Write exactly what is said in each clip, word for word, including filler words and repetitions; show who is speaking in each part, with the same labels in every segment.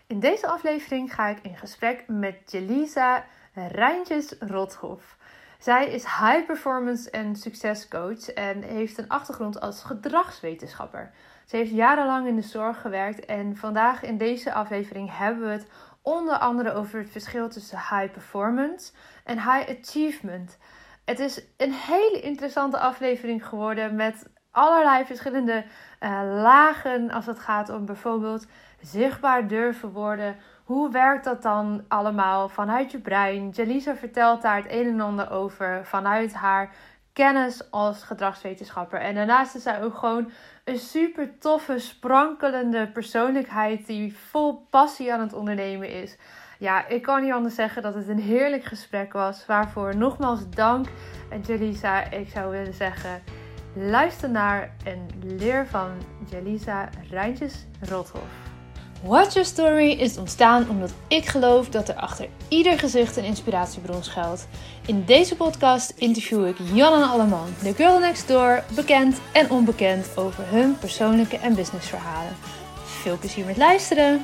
Speaker 1: In deze aflevering ga ik in gesprek met Jelisa Rijntjes-Rothoff. Zij is high performance en succescoach en heeft een achtergrond als gedragswetenschapper. Ze heeft jarenlang in de zorg gewerkt en vandaag in deze aflevering hebben we het onder andere over het verschil tussen high performance en high achievement. Het is een hele interessante aflevering geworden met allerlei verschillende uh, lagen als het gaat om bijvoorbeeld zichtbaar durven worden. Hoe werkt dat dan allemaal vanuit je brein? Jelisa vertelt daar het een en ander over vanuit haar kennis als gedragswetenschapper. En daarnaast is zij ook gewoon een super toffe, sprankelende persoonlijkheid die vol passie aan het ondernemen is. Ja, ik kan niet anders zeggen dat het een heerlijk gesprek was. Waarvoor nogmaals dank. En Jelisa, ik zou willen zeggen, luister naar en leer van Jelisa Rijntjes-Rothoff. Watch Your Story is ontstaan omdat ik geloof dat er achter ieder gezicht een inspiratiebron schuilt. In deze podcast interview ik Jan en Alleman, de girl next door, bekend en onbekend over hun persoonlijke en businessverhalen. Veel plezier met luisteren!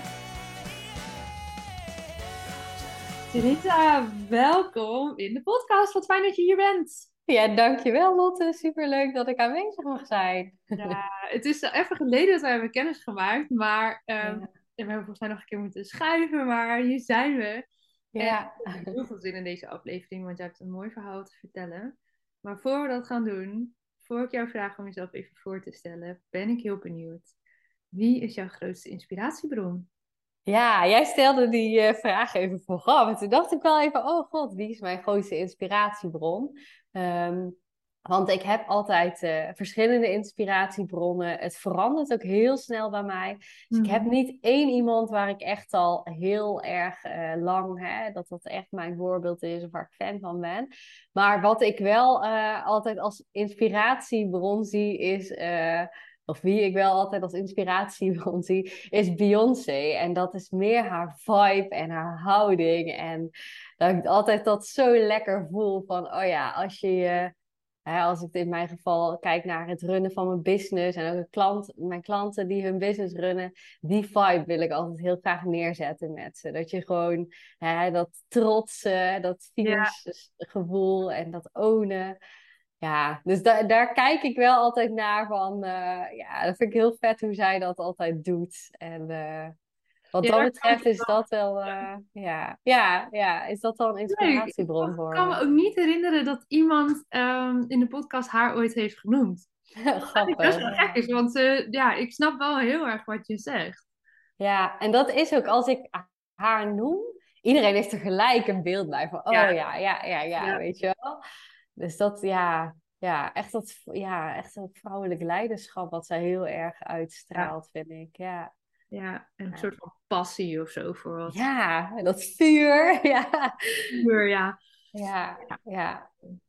Speaker 1: Jelisa, welkom in de podcast. Wat fijn dat je hier bent.
Speaker 2: Ja, dankjewel Lotte. Superleuk dat ik aanwezig mag zijn.
Speaker 1: Ja, het is even geleden dat we hebben kennis gemaakt, maar um,
Speaker 2: Ja.
Speaker 1: en we hebben volgens mij nog een keer moeten schuiven, maar hier zijn we. En
Speaker 2: Ja.
Speaker 1: ik heb heel veel zin in deze aflevering, want je hebt een mooi verhaal te vertellen. Maar voor we dat gaan doen, voor ik jou vraag om jezelf even voor te stellen, ben ik heel benieuwd. Wie is jouw grootste inspiratiebron?
Speaker 2: Ja, jij stelde die uh, vraag even vooraf. En toen dacht ik wel even, oh god, wie is mijn grootste inspiratiebron? Um, want ik heb altijd uh, verschillende inspiratiebronnen. Het verandert ook heel snel bij mij. Dus
Speaker 1: Mm-hmm.
Speaker 2: ik heb niet één iemand waar ik echt al heel erg uh, lang, hè, dat dat echt mijn voorbeeld is of waar ik fan van ben. Maar wat ik wel uh, altijd als inspiratiebron zie is... Uh, of wie ik wel altijd als inspiratiebron zie, is Beyoncé. En dat is meer haar vibe en haar houding. En dat ik altijd dat zo lekker voel van, oh ja, als je je... Als ik in mijn geval kijk naar het runnen van mijn business en ook een klant, mijn klanten die hun business runnen, die vibe wil ik altijd heel graag neerzetten met ze. Dat je gewoon hè, dat trotse, dat finishgevoel en dat ownen. Ja, dus da daar kijk ik wel altijd naar van, uh, ja, dat vind ik heel vet hoe zij dat altijd doet. En uh, wat
Speaker 1: Ja,
Speaker 2: dat
Speaker 1: daar kan
Speaker 2: betreft
Speaker 1: ik
Speaker 2: is
Speaker 1: wel.
Speaker 2: dat wel, uh, ja, ja, ja, is dat wel een
Speaker 1: Leuk. Ik
Speaker 2: inspiratiebron voor
Speaker 1: kan me
Speaker 2: me.
Speaker 1: ook niet herinneren dat iemand um, in de podcast haar ooit heeft genoemd. Wat ik best
Speaker 2: Grappig,
Speaker 1: wel gek
Speaker 2: ja.
Speaker 1: is, want uh, ja, ik snap wel heel erg wat je zegt.
Speaker 2: Ja, en dat is ook als ik haar noem, iedereen heeft er gelijk een beeld bij van,
Speaker 1: Ja,
Speaker 2: oh ja, ja, ja, ja,
Speaker 1: ja,
Speaker 2: weet je wel. Dus dat, ja, ja, echt dat, ja, echt dat vrouwelijk leiderschap wat zij heel erg
Speaker 1: ja,
Speaker 2: uitstraalt, vind ik, ja.
Speaker 1: ja, een
Speaker 2: Ja.
Speaker 1: soort van passie of zo voor wat.
Speaker 2: Ja, en dat vuur. Ja,
Speaker 1: Puur, ja.
Speaker 2: ja, ja.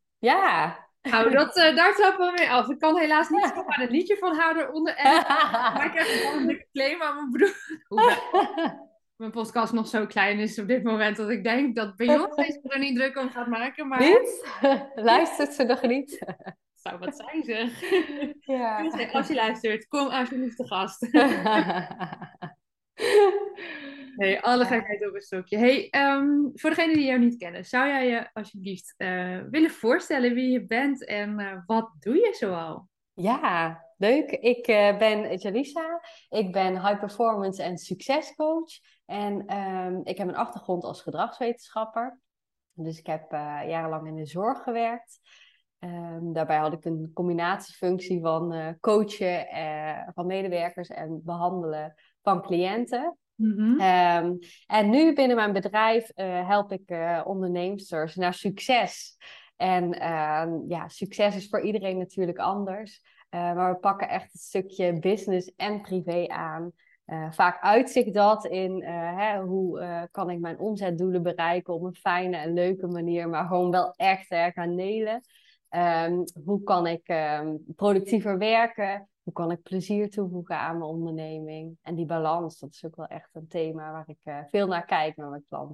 Speaker 2: Ja.
Speaker 1: Nou, dat, uh, daar trappen we mee af. Ik kan helaas niet zomaar een liedje van haar eronder editen. Maar ik heb wel een dikke claim aan mijn broer. Hoewel mijn podcast nog zo klein is op dit moment dat ik denk dat Beyoncé zich er niet druk om gaat maken. Maar
Speaker 2: Niet? Luistert ze nog niet?
Speaker 1: het zou wat zijn, zeg.
Speaker 2: Ja.
Speaker 1: Beyoncé, als je luistert, kom alsjeblieft te gast. Nee, alle
Speaker 2: Ja.
Speaker 1: gekheid op een stokje. Hey, um, voor degenen die jou niet kennen, zou jij je alsjeblieft uh, willen voorstellen wie je bent en uh, wat doe je zoal?
Speaker 2: Ja, leuk. Ik uh, ben Jelisa. Ik ben high performance en succescoach. En um, ik heb een achtergrond als gedragswetenschapper. Dus ik heb uh, jarenlang in de zorg gewerkt. Um, daarbij had ik een combinatiefunctie van uh, coachen uh, van medewerkers en behandelen van cliënten.
Speaker 1: Mm-hmm.
Speaker 2: Um, en nu binnen mijn bedrijf uh, help ik uh, onderneemsters naar succes. En uh, ja, succes is voor iedereen natuurlijk anders. Uh, maar we pakken echt een stukje business en privé aan. Uh, vaak uitzicht dat in uh, hè, hoe uh, kan ik mijn omzetdoelen bereiken op een fijne en leuke manier, maar gewoon wel echt uh, gaan nailen. Um, hoe kan ik um, productiever werken? Hoe kan ik plezier toevoegen aan mijn onderneming? En die balans, dat is ook wel echt een thema waar ik uh, veel naar kijk met mijn klanten.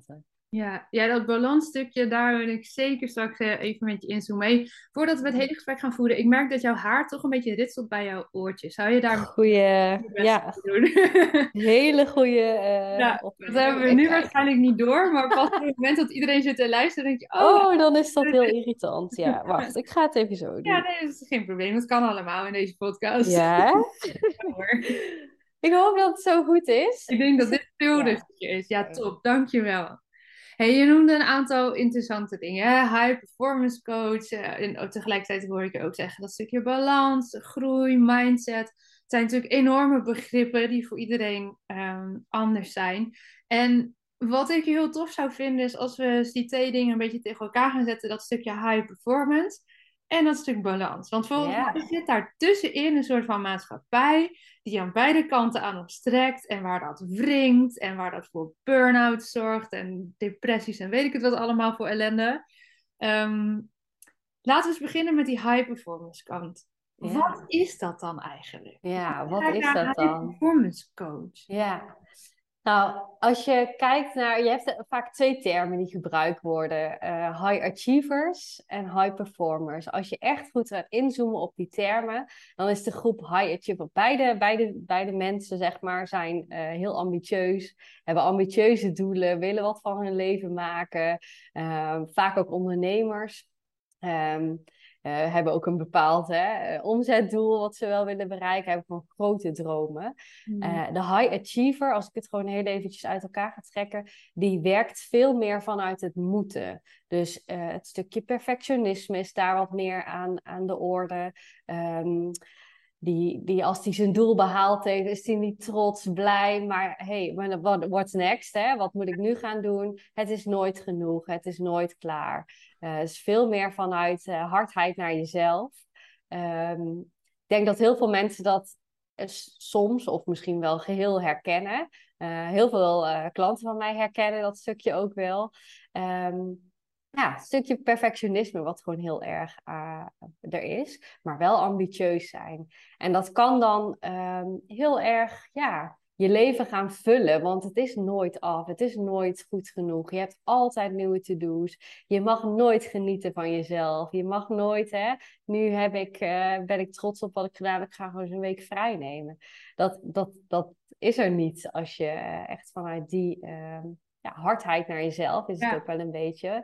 Speaker 1: Ja, ja, dat balansstukje, daar wil ik zeker straks eh, even met je inzoomen. Hey, voordat we het hele gesprek gaan voeren, ik merk dat jouw haar toch een beetje ritselt bij jouw oortjes. Zou je daar
Speaker 2: Goeie,
Speaker 1: je best
Speaker 2: ja,
Speaker 1: voor doen?
Speaker 2: hele goede uh,
Speaker 1: Ja, dat hebben
Speaker 2: opmerking.
Speaker 1: we
Speaker 2: Ik
Speaker 1: nu
Speaker 2: kijk.
Speaker 1: waarschijnlijk niet door, maar pas op het moment dat iedereen zit te luisteren, denk je, oh,
Speaker 2: Oh, dan is dat heel irritant. Ja, wacht, ik ga het even zo
Speaker 1: ja,
Speaker 2: doen.
Speaker 1: nee, dat is geen probleem. Dat kan allemaal in deze podcast.
Speaker 2: Ja,
Speaker 1: Ja, hoor.
Speaker 2: ik hoop dat het zo goed is.
Speaker 1: Ik denk dat
Speaker 2: Is het?
Speaker 1: dit veel
Speaker 2: Ja,
Speaker 1: rustiger is. Ja,
Speaker 2: oké.
Speaker 1: top. Dankjewel. Hey, je noemde een aantal interessante dingen. Hè? High performance coach. eh, en ook tegelijkertijd hoor ik je ook zeggen dat stukje balans, groei, mindset. Het zijn natuurlijk enorme begrippen die voor iedereen ehm, anders zijn. En wat ik heel tof zou vinden is als we eens die twee dingen een beetje tegen elkaar gaan zetten. Dat stukje high performance en dat stuk balans. Want volgens mij
Speaker 2: Ja,
Speaker 1: zit daar tussenin een soort van maatschappij die aan beide kanten aan ons trekt en waar dat wringt en waar dat voor burn-out zorgt en depressies en weet ik het wat allemaal voor ellende. Ehm, Laten we eens beginnen met die high performance kant. Wat
Speaker 2: ja,
Speaker 1: is dat dan eigenlijk?
Speaker 2: ja,
Speaker 1: Wat
Speaker 2: wat
Speaker 1: ga ik
Speaker 2: is
Speaker 1: naar
Speaker 2: dat
Speaker 1: een high
Speaker 2: dan?
Speaker 1: performance coach?
Speaker 2: Ja. Nou, als je kijkt naar, je hebt vaak twee termen die gebruikt worden, eh, high achievers en high performers. Als je echt goed gaat inzoomen op die termen, dan is de groep high achiever. Beide, beide, beide mensen, zeg maar, zijn eh, heel ambitieus, hebben ambitieuze doelen, willen wat van hun leven maken, eh, vaak ook ondernemers. Ehm, eh, hebben ook een bepaald hè, eh, omzetdoel wat ze wel willen bereiken, hebben gewoon grote dromen.
Speaker 1: Hmm.
Speaker 2: Uh, de high achiever, als ik het gewoon heel eventjes uit elkaar ga trekken, die werkt veel meer vanuit het moeten. Dus uh, het stukje perfectionisme is daar wat meer aan, aan de orde. Um, die, die als die zijn doel behaald heeft, is die niet trots, blij. Maar hey, what, what's next? Hè? Wat moet ik nu gaan doen? Het is nooit genoeg, het is nooit klaar. Uh, het is veel meer vanuit uh, hardheid naar jezelf. Um, ik denk dat heel veel mensen dat soms of misschien wel geheel herkennen. Uh, heel veel uh, klanten van mij herkennen dat stukje ook wel. Um, ja, een stukje perfectionisme, wat gewoon heel erg uh, er is, maar wel ambitieus zijn. En dat kan dan um, heel erg, ja, je leven gaan vullen, want het is nooit af, het is nooit goed genoeg. Je hebt altijd nieuwe to-do's. Je mag nooit genieten van jezelf. Je mag nooit, hè, nu heb ik, uh, ben ik trots op wat ik gedaan heb, ik ga gewoon eens een week vrij nemen. Dat, dat, dat is er niet als je echt vanuit die uh, ja, hardheid naar jezelf, is het
Speaker 1: Ja,
Speaker 2: ook wel een beetje,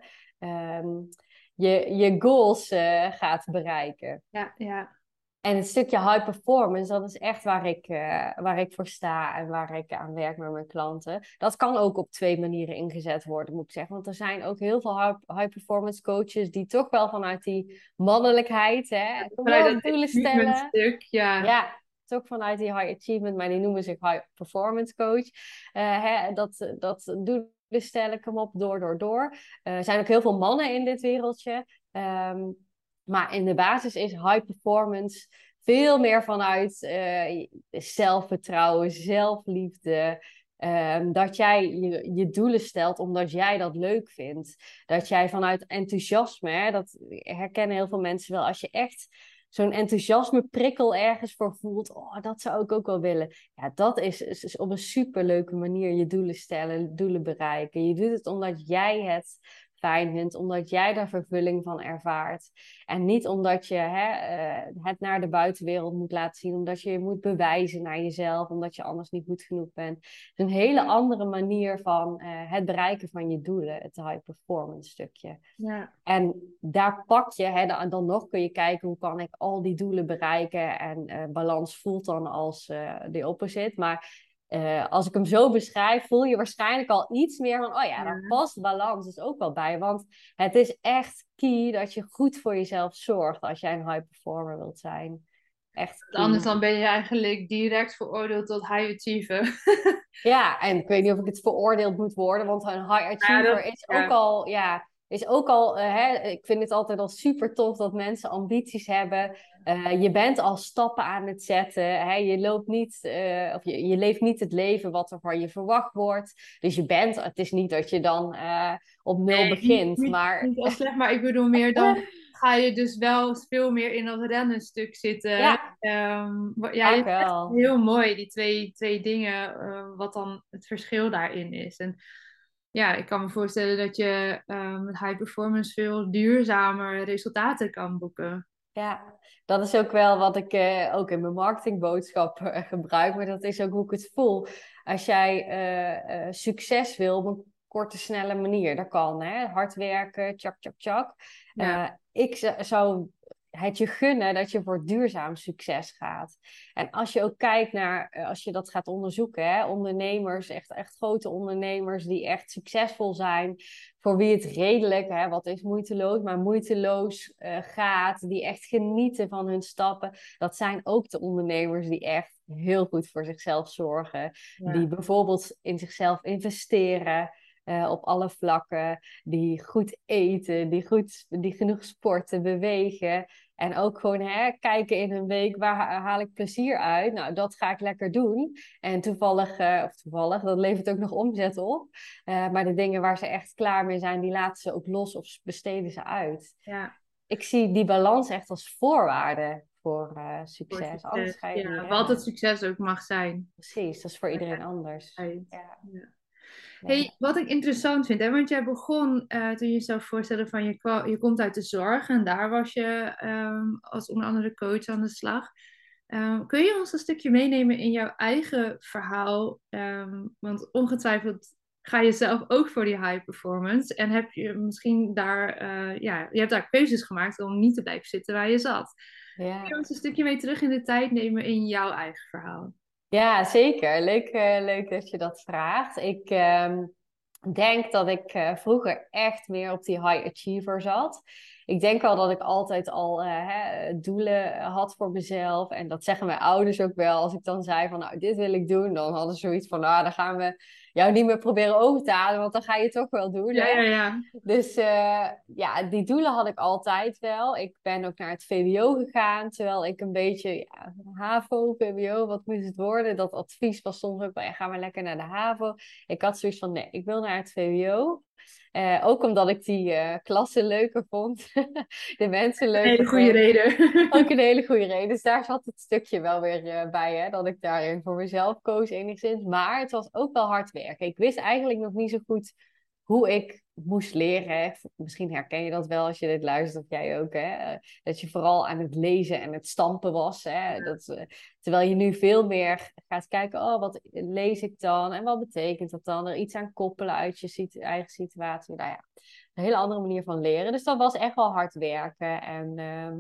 Speaker 2: um, je, je goals uh, gaat bereiken.
Speaker 1: ja, ja.
Speaker 2: En het stukje high performance, dat is echt waar ik, uh, waar ik voor sta en waar ik aan werk met mijn klanten. Dat kan ook op twee manieren ingezet worden, moet ik zeggen. Want er zijn ook heel veel high, high performance coaches die toch wel vanuit die mannelijkheid, hè,
Speaker 1: Vanuit
Speaker 2: gewoon
Speaker 1: dat
Speaker 2: doelen
Speaker 1: achievement
Speaker 2: stellen.
Speaker 1: stuk, ja.
Speaker 2: Ja, toch vanuit die high achievement, maar die noemen zich high performance coach. Uh, hè, dat, dat doelen stellen, kom op, door, door, door. Uh, er zijn ook heel veel mannen in dit wereldje. Um, maar in de basis is high performance veel meer vanuit uh, zelfvertrouwen, zelfliefde. Um, dat jij je, je doelen stelt omdat jij dat leuk vindt. Dat jij vanuit enthousiasme, hè, dat herkennen heel veel mensen wel, als je echt zo'n enthousiasme prikkel ergens voor voelt, oh, dat zou ik ook wel willen. Ja, dat is, is, is op een superleuke manier je doelen stellen, doelen bereiken. Je doet het omdat jij het fijn vindt, omdat jij daar vervulling van ervaart. En niet omdat je hè, uh, het naar de buitenwereld moet laten zien, omdat je je moet bewijzen naar jezelf, omdat je anders niet goed genoeg bent. Het is een hele andere manier van uh, het bereiken van je doelen, het high performance stukje.
Speaker 1: Ja.
Speaker 2: En daar pak je, hè, dan, dan nog kun je kijken hoe kan ik al die doelen bereiken. En uh, balans voelt dan als uh, de opposite. Maar uh, als ik hem zo beschrijf, voel je waarschijnlijk al iets meer van, oh ja, daar
Speaker 1: Ja.
Speaker 2: past balans dus ook wel bij. Want het is echt key dat je goed voor jezelf zorgt als jij een high performer wilt zijn. Echt
Speaker 1: Anders
Speaker 2: key.
Speaker 1: dan ben je eigenlijk direct veroordeeld tot high achiever.
Speaker 2: Ja, en ik weet niet of ik het veroordeeld moet worden, want een high
Speaker 1: Ja,
Speaker 2: achiever
Speaker 1: dat,
Speaker 2: is ook
Speaker 1: ja.
Speaker 2: al, ja, is ook al, uh, hè, ik vind het altijd al super tof dat mensen ambities hebben. Uh, je bent al stappen aan het zetten. Hè? Je loopt niet, uh, of je, je leeft niet het leven wat er van je verwacht wordt. Dus je bent, het is niet dat je dan uh, op nul
Speaker 1: Nee, niet,
Speaker 2: begint,
Speaker 1: niet,
Speaker 2: maar
Speaker 1: niet als slecht, maar ik bedoel meer dan ga je dus wel veel meer in dat rennenstuk zitten.
Speaker 2: ja,
Speaker 1: Ehm, wa- ja, je
Speaker 2: vaak
Speaker 1: zegt
Speaker 2: wel.
Speaker 1: heel mooi die twee, twee dingen, eh, wat dan het verschil daarin is. En ja, ik kan me voorstellen dat je eh, met high performance veel duurzamer resultaten kan boeken.
Speaker 2: Ja, dat is ook wel wat ik eh, ook in mijn marketingboodschap eh, gebruik, maar dat is ook hoe ik het voel. Als jij eh, eh, succes wil op een korte, snelle manier, dat kan, hè? Hard werken, tjak, tjak, tjak.
Speaker 1: Ja,
Speaker 2: Eh, ik z- zou het je gunnen dat je voor duurzaam succes gaat. En als je ook kijkt naar, eh, als je dat gaat onderzoeken, hè, ondernemers, echt, echt grote ondernemers die echt succesvol zijn, voor wie het redelijk, hè, wat is moeiteloos, maar moeiteloos eh, gaat, die echt genieten van hun stappen. Dat zijn ook de ondernemers die echt heel goed voor zichzelf zorgen. Die
Speaker 1: ja.
Speaker 2: bijvoorbeeld in zichzelf investeren. eh, op alle vlakken, die goed eten, die, goed, die genoeg sporten, bewegen. En ook gewoon hè, kijken in hun week, waar ha- haal ik plezier uit? Nou, dat ga ik lekker doen. En toevallig, eh, of toevallig, dat levert ook nog omzet op. Uh, maar de dingen waar ze echt klaar mee zijn, die laten ze ook los of besteden ze uit.
Speaker 1: Ja,
Speaker 2: Ik zie die balans echt als voorwaarde voor uh,
Speaker 1: voor
Speaker 2: succes. Anders
Speaker 1: succes.
Speaker 2: ga je het niet
Speaker 1: Ja, wat het
Speaker 2: redden.
Speaker 1: succes ook mag zijn.
Speaker 2: Precies, dat is voor iedereen
Speaker 1: Ja,
Speaker 2: anders.
Speaker 1: uit.
Speaker 2: Ja,
Speaker 1: Ja. Hey,
Speaker 2: ja.
Speaker 1: wat ik interessant vind, hè, want jij begon eh, toen je jezelf voorstelde van je, kwa- je komt uit de zorg en daar was je ehm, als onder andere coach aan de slag. Ehm, kun je ons een stukje meenemen in jouw eigen verhaal? Ehm, want ongetwijfeld ga je zelf ook voor die high performance en heb je misschien daar, eh, ja, je hebt daar keuzes gemaakt om niet te blijven zitten waar je zat. Kun je
Speaker 2: Ja.
Speaker 1: ons een stukje mee terug in de tijd nemen in jouw eigen verhaal?
Speaker 2: Ja, zeker. Leuk, eh, leuk dat je dat vraagt. Ik ehm, denk dat ik eh, vroeger echt meer op die high achiever zat. Ik denk al dat ik altijd al eh, hè, doelen had voor mezelf. En dat zeggen mijn ouders ook wel. Als ik dan zei van, nou, dit wil ik doen, dan hadden ze zoiets van, nou, dan gaan we jou niet meer proberen over te halen, want dan ga je het toch wel doen,
Speaker 1: Ja,
Speaker 2: hè?
Speaker 1: ja, ja.
Speaker 2: Dus eh, ja, die doelen had ik altijd wel. Ik ben ook naar het V W O gegaan, terwijl ik een beetje, ja, HAVO, V W O, wat moet het worden? Dat advies was soms ook, ja, ga maar lekker naar de HAVO. Ik had zoiets van, nee, ik wil naar het V W O. Eh, ook omdat ik die eh klasse leuker vond, de mensen
Speaker 1: Een hele
Speaker 2: leuker
Speaker 1: goede
Speaker 2: vond.
Speaker 1: reden.
Speaker 2: Ook een hele goede reden. Dus daar zat het stukje wel weer eh, bij, hè, dat ik daarin voor mezelf koos enigszins. Maar het was ook wel hard werken. Ik wist eigenlijk nog niet zo goed hoe ik moest leren. Misschien herken je dat wel als je dit luistert, of jij ook, hè? Eh, Dat je vooral aan het lezen en het stampen was. Hè? Dat, eh, terwijl je nu veel meer gaat kijken, oh, wat lees ik dan? En wat betekent dat dan? Er iets aan koppelen uit je situ- eigen situatie. Nou ja, een hele andere manier van leren. Dus dat was echt wel hard werken. En ehm,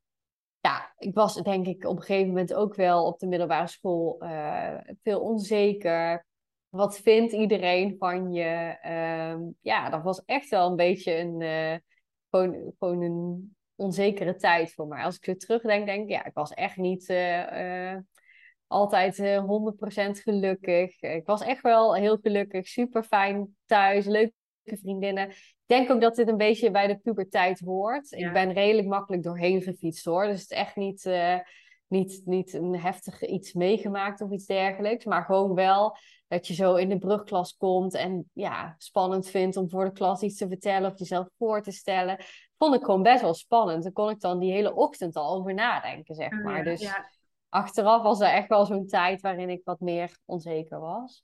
Speaker 2: ja, ik was denk ik op een gegeven moment ook wel op de middelbare school eh, veel onzeker. Wat vindt iedereen van je? Ehm, ja, dat was echt wel een beetje een, eh, gewoon, gewoon een onzekere tijd voor mij. Als ik zo terugdenk, denk ik, ja, ik was echt niet eh, eh, altijd eh, honderd procent gelukkig. Ik was echt wel heel gelukkig, super fijn thuis, leuke vriendinnen. Ik denk ook dat dit een beetje bij de puberteit hoort. Ik
Speaker 1: Ja.
Speaker 2: ben redelijk makkelijk doorheen gefietst hoor. Dus het is echt niet, eh, niet, niet een heftig iets meegemaakt of iets dergelijks. Maar gewoon wel dat je zo in de brugklas komt en ja, spannend vindt om voor de klas iets te vertellen of jezelf voor te stellen. Vond ik gewoon best wel spannend. Daar kon ik dan die hele ochtend al over nadenken, zeg
Speaker 1: Oh,
Speaker 2: maar.
Speaker 1: ja,
Speaker 2: Dus
Speaker 1: ja.
Speaker 2: achteraf was er echt wel zo'n tijd waarin ik wat meer onzeker was.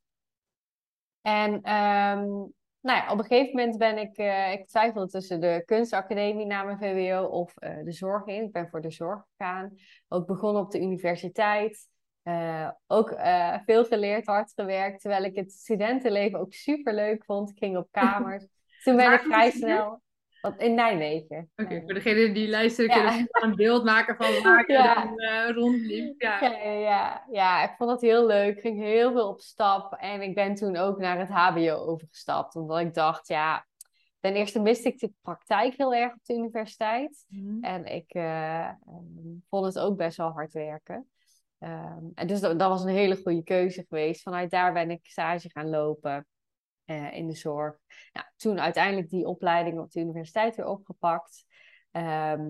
Speaker 2: En ehm, nou ja, op een gegeven moment ben ik, eh, ik twijfelde tussen de kunstacademie na mijn V W O of eh, de zorg in. Ik ben voor de zorg gegaan. Ook begonnen op de universiteit. Eh, ook eh, veel geleerd, hard gewerkt, terwijl ik het studentenleven ook super leuk vond. Ik ging op kamers. Toen ben
Speaker 1: Waar
Speaker 2: ik
Speaker 1: heb je
Speaker 2: vrij
Speaker 1: gestudeerd?
Speaker 2: snel, wat in Nijmegen.
Speaker 1: Oké, voor
Speaker 2: Nijmegen.
Speaker 1: degene die luisteren kunnen
Speaker 2: Ja,
Speaker 1: zich wel een beeld maken van waar je
Speaker 2: ja.
Speaker 1: dan eh, rondliep. Ja.
Speaker 2: Ja, ja, ja. Ja, ik vond het heel leuk. Ik ging heel veel op stap. En ik ben toen ook naar het H B O overgestapt. Omdat ik dacht, ja, ten eerste miste ik de praktijk heel erg op de universiteit.
Speaker 1: Mhm.
Speaker 2: En ik eh, ehm, vond het ook best wel hard werken. Ehm, en dus dat, dat was een hele goede keuze geweest. Vanuit daar ben ik stage gaan lopen eh, in de zorg. Nou, toen uiteindelijk die opleiding op de universiteit weer opgepakt. Ehm,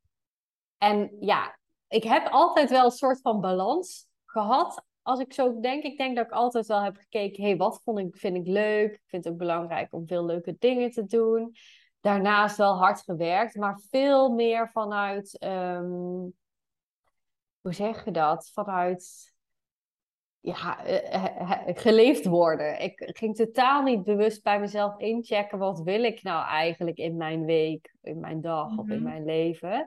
Speaker 2: en ja, ik heb altijd wel een soort van balans gehad. Als ik zo denk, ik denk dat ik altijd wel heb gekeken, hey, wat vond ik, vind ik leuk? Ik vind het ook belangrijk om veel leuke dingen te doen. Daarnaast wel hard gewerkt, maar veel meer vanuit, ehm, hoe zeg je dat? Vanuit ja, eh, eh, geleefd worden. Ik ging totaal niet bewust bij mezelf inchecken. Wat wil ik nou eigenlijk in mijn week, in mijn dag of in
Speaker 1: Mhm.
Speaker 2: mijn leven?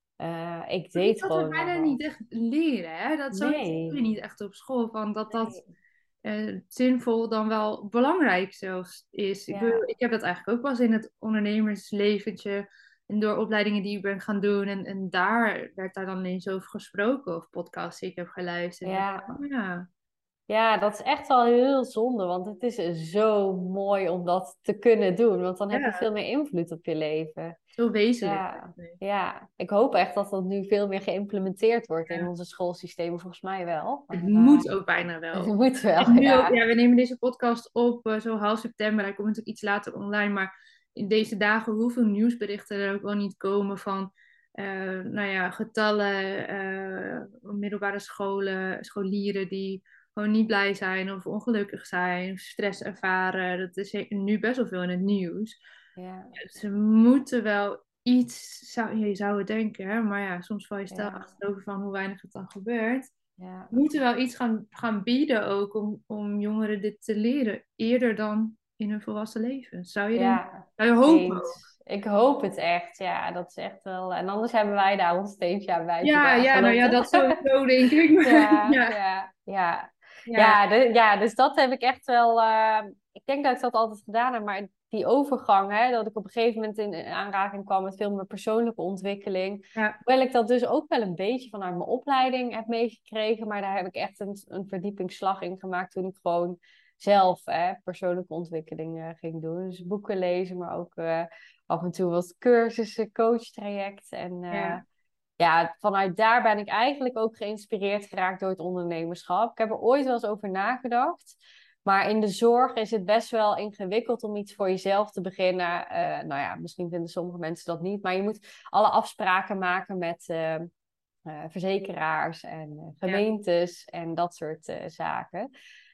Speaker 2: Eh, ik
Speaker 1: Maar iets
Speaker 2: deed
Speaker 1: wat we
Speaker 2: gewoon maar
Speaker 1: bijna niet
Speaker 2: wat.
Speaker 1: echt leren, hè? Dat zoiets doe je
Speaker 2: Nee,
Speaker 1: niet echt op school, van dat dat
Speaker 2: nee,
Speaker 1: eh, zinvol dan wel belangrijk zelfs is. Ik bedoel,
Speaker 2: ja,
Speaker 1: ik heb dat eigenlijk ook pas in het ondernemersleventje en door opleidingen die ik ben gaan doen en, en daar werd daar dan eens over gesproken of podcasts die ik heb geluisterd. En,
Speaker 2: ja.
Speaker 1: oh ja,
Speaker 2: Ja, dat is echt wel heel zonde, want het is zo mooi om dat te kunnen doen, want dan heb je
Speaker 1: ja,
Speaker 2: veel meer invloed op je leven.
Speaker 1: zo wezenlijk
Speaker 2: Ja,
Speaker 1: eigenlijk.
Speaker 2: ja. Ik hoop echt dat dat nu veel meer geïmplementeerd wordt in
Speaker 1: Ja.
Speaker 2: onze schoolsystemen, volgens mij wel.
Speaker 1: Het
Speaker 2: Maar eh,
Speaker 1: moet ook bijna
Speaker 2: het
Speaker 1: wel.
Speaker 2: moet
Speaker 1: En
Speaker 2: wel,
Speaker 1: nu ook,
Speaker 2: ja.
Speaker 1: ja, we nemen deze podcast op eh, zo half september. Hij komt natuurlijk iets later online. Maar in deze dagen hoeveel nieuwsberichten er ook wel niet komen van eh, nou ja, getallen, eh, middelbare scholen, scholieren die gewoon niet blij zijn of ongelukkig zijn, of stress ervaren. Dat is nu best wel veel in het nieuws.
Speaker 2: Ja,
Speaker 1: Ja, ze moeten wel iets, zou, je zou het denken, hè? Maar ja, soms val je stil
Speaker 2: ja,
Speaker 1: achterover van hoe weinig het dan gebeurt.
Speaker 2: ja,
Speaker 1: We moeten wel iets gaan, gaan bieden ook om, om jongeren dit te leren, eerder dan in hun volwassen leven. Zou je denken?
Speaker 2: ja.
Speaker 1: Zou je hopen ook?
Speaker 2: Eens. Ik hoop het echt, ja, dat is echt wel. En anders hebben wij daar ons steentje aan bij te
Speaker 1: Ja,
Speaker 2: dragen,
Speaker 1: ja, nou ja,
Speaker 2: Lotte.
Speaker 1: dat sowieso denk ik. Maar
Speaker 2: Ja,
Speaker 1: ja,
Speaker 2: ja, ja.
Speaker 1: ja,
Speaker 2: Ja, de, ja, dus dat heb ik echt wel. eh, ik denk dat ik dat altijd gedaan heb, maar die overgang, hè, dat ik op een gegeven moment in aanraking kwam met veel meer persoonlijke ontwikkeling.
Speaker 1: ja,
Speaker 2: Hoewel ik dat dus ook wel een beetje vanuit mijn opleiding heb meegekregen, maar daar heb ik echt een, een verdiepingsslag in gemaakt toen ik gewoon zelf hè, persoonlijke ontwikkeling eh, ging doen. Dus boeken lezen, maar ook eh, af en toe wat cursussen, coachtraject en. eh,
Speaker 1: ja,
Speaker 2: ja, vanuit daar ben ik eigenlijk ook geïnspireerd geraakt door het ondernemerschap. Ik heb er ooit wel eens over nagedacht. Maar in de zorg is het best wel ingewikkeld om iets voor jezelf te beginnen. Eh, nou ja, misschien vinden sommige mensen dat niet. Maar je moet alle afspraken maken met eh, eh, verzekeraars en eh,
Speaker 1: ja,
Speaker 2: gemeentes en dat soort eh, zaken.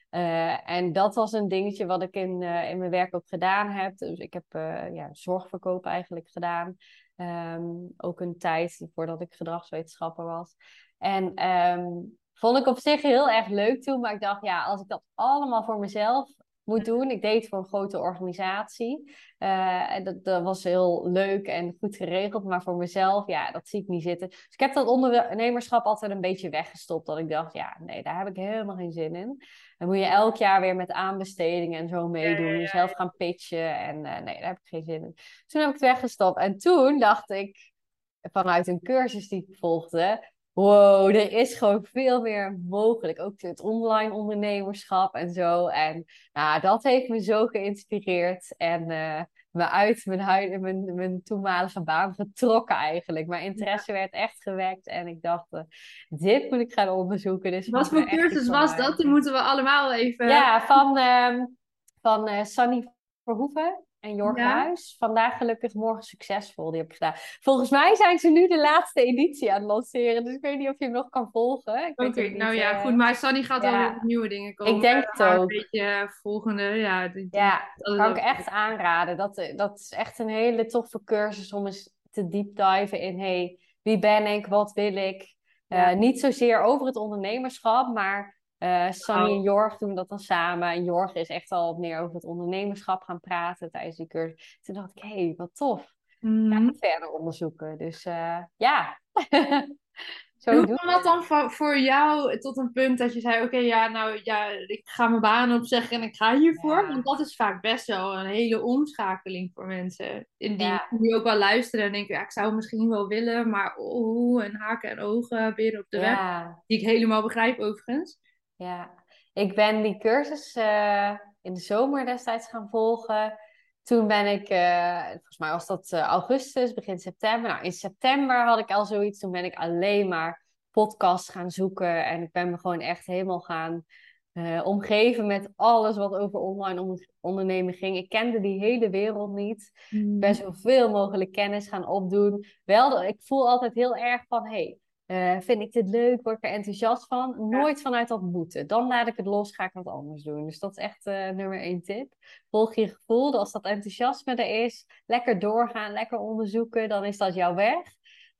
Speaker 2: Eh, en dat was een dingetje wat ik in, eh, in mijn werk ook gedaan heb. Dus ik heb eh, ja, zorgverkoop eigenlijk gedaan. Ehm, ook een tijd voordat ik gedragswetenschapper was. En ehm, vond ik op zich heel erg leuk toen. Maar ik dacht, ja, als ik dat allemaal voor mezelf moet doen. Ik deed het voor een grote organisatie. Eh, en dat, dat was heel leuk en goed geregeld. Maar voor mezelf, ja, dat zie ik niet zitten. Dus ik heb dat ondernemerschap altijd een beetje weggestopt. Dat ik dacht, ja, nee, daar heb ik helemaal geen zin in. Dan moet je elk jaar weer met aanbestedingen en zo
Speaker 1: ja,
Speaker 2: meedoen.
Speaker 1: ja,
Speaker 2: Jezelf gaan pitchen. En eh, nee, daar heb ik geen zin in. Toen heb ik het weggestopt. En toen dacht ik, vanuit een cursus die ik volgde, wow, er is gewoon veel meer mogelijk. Ook het online ondernemerschap en zo. En nou, dat heeft me zo geïnspireerd. En eh, me uit mijn, hui- mijn, mijn toenmalige baan getrokken eigenlijk. Mijn
Speaker 1: ja.
Speaker 2: interesse werd echt gewekt. En ik dacht, eh, dit moet ik gaan onderzoeken. Dit is
Speaker 1: Wat
Speaker 2: volgens
Speaker 1: voor
Speaker 2: mij echt iets
Speaker 1: cursus
Speaker 2: voor
Speaker 1: was dat?
Speaker 2: mij.
Speaker 1: Die moeten we allemaal even.
Speaker 2: Ja, van, ehm van eh Sanny Verhoeven en Jorgen
Speaker 1: Ja,
Speaker 2: Huis. Vandaag gelukkig, morgen succesvol. Die heb ik gedaan. Volgens mij zijn ze nu de laatste editie aan het lanceren. Dus ik weet niet of je hem nog kan volgen. Ik weet
Speaker 1: oké.
Speaker 2: ook
Speaker 1: Nou
Speaker 2: niet.
Speaker 1: ja,
Speaker 2: eh,
Speaker 1: goed. Maar Sunny gaat wel weer met
Speaker 2: ja,
Speaker 1: nieuwe dingen
Speaker 2: ik
Speaker 1: komen.
Speaker 2: denk het
Speaker 1: Haar een
Speaker 2: ook.
Speaker 1: beetje volgende. Ja, die, die,
Speaker 2: Ja, kan ik
Speaker 1: dat is
Speaker 2: echt aanraden. Dat, eh, dat is echt een hele toffe cursus om eens te deep diven in. Hey, wie ben ik? Wat wil ik?
Speaker 1: ja.
Speaker 2: Eh, niet zozeer over het ondernemerschap, maar eh Sunny en
Speaker 1: Wauw.
Speaker 2: Jorg doen dat dan samen. En Jorg is echt al wat meer over het ondernemerschap gaan praten tijdens die cursus. Toen dacht ik, hé, hey, wat tof. Ik ga
Speaker 1: Mhm.
Speaker 2: het verder onderzoeken. Dus eh, ja,
Speaker 1: En hoe kwam dat
Speaker 2: zodoende.
Speaker 1: dan voor, voor jou tot een punt dat je zei: Oké, ja, nou ja, ik ga mijn baan opzeggen en ik ga hiervoor? Want
Speaker 2: Ja,
Speaker 1: dat is vaak best wel een hele omschakeling voor mensen. In die
Speaker 2: ja,
Speaker 1: die ook wel luisteren en denken: ja, ik zou het misschien wel willen, maar oh, en haken en ogen, beren op de weg.
Speaker 2: ja.
Speaker 1: Die ik helemaal begrijp overigens.
Speaker 2: Ja, ik ben die cursus eh, in de zomer destijds gaan volgen. Toen ben ik, eh, volgens mij was dat eh, augustus, begin september. Nou, in september had ik al zoiets. Toen ben ik alleen maar podcasts gaan zoeken. En ik ben me gewoon echt helemaal gaan eh, omgeven met alles wat over online on- ondernemen ging. Ik kende die hele wereld niet. Ik ben
Speaker 1: Mhm.
Speaker 2: zoveel mogelijk kennis gaan opdoen. Wel, dat- ik voel altijd heel erg van, hey, eh, vind ik dit leuk? Word ik er enthousiast van?
Speaker 1: Ja,
Speaker 2: Nooit vanuit dat moeten. Dan laat ik het los, ga ik wat anders doen. Dus dat is echt eh, nummer één tip. Volg je gevoel. Als dat enthousiasme er is, lekker doorgaan, lekker onderzoeken, dan is dat jouw weg.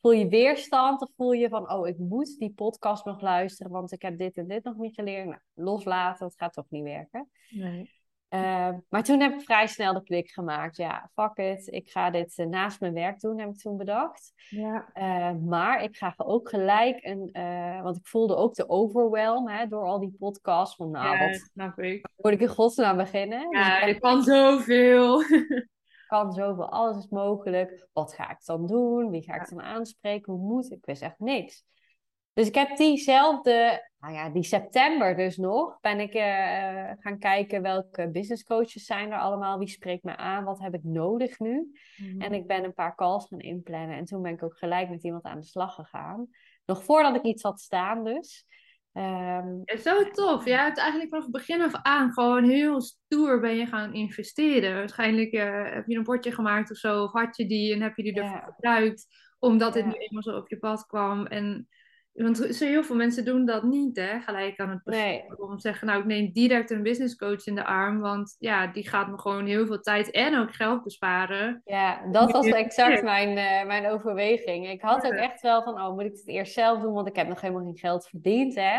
Speaker 2: Voel je weerstand of voel je van, oh, ik moet die podcast nog luisteren, want ik heb dit en dit nog niet geleerd. Nou, loslaten, dat gaat toch niet werken.
Speaker 1: Nee.
Speaker 2: Uh, maar toen heb ik vrij snel de klik gemaakt. Ja, fuck it. Ik ga dit uh, naast mijn werk doen, heb ik toen bedacht.
Speaker 1: Ja.
Speaker 2: Uh, maar ik ga ook gelijk een... Uh, want ik voelde ook de overwhelm hè, door al die podcasts. Van nou,
Speaker 1: Ja,
Speaker 2: wat
Speaker 1: snap ik.
Speaker 2: moet ik in godsnaam beginnen? Dus
Speaker 1: Ja,
Speaker 2: ik
Speaker 1: er kan zoveel.
Speaker 2: kan zoveel, alles is mogelijk. Wat ga ik dan doen? Wie ga ik dan aanspreken? Hoe moet ik? Ik wist echt niks. Dus ik heb diezelfde, nou ja, die september dus nog, ben ik uh, gaan kijken welke business coaches zijn er allemaal. Wie spreekt me aan? Wat heb ik nodig nu? Mm-hmm. En ik ben een paar calls gaan inplannen. En toen ben ik ook gelijk met iemand aan de slag gegaan. Nog voordat ik iets had staan dus. Um,
Speaker 1: ja, zo tof. Jij hebt eigenlijk vanaf het begin af aan gewoon heel stoer ben je gaan investeren. Waarschijnlijk uh, heb je een bordje gemaakt of zo, of had je die en heb je die ervoor
Speaker 2: ja.
Speaker 1: gebruikt, omdat
Speaker 2: ja.
Speaker 1: het nu eenmaal zo op je pad kwam. En, want zo heel veel mensen doen dat niet, hè, gelijk aan het begin.
Speaker 2: Nee.
Speaker 1: Om te zeggen, nou, ik neem direct een business coach in de arm, want ja, die gaat me gewoon heel veel tijd en ook geld besparen.
Speaker 2: Ja, dat was exact mijn, uh, mijn overweging. Ik had ook echt wel van, oh, moet ik het eerst zelf doen? Want ik heb nog helemaal geen geld verdiend, hè.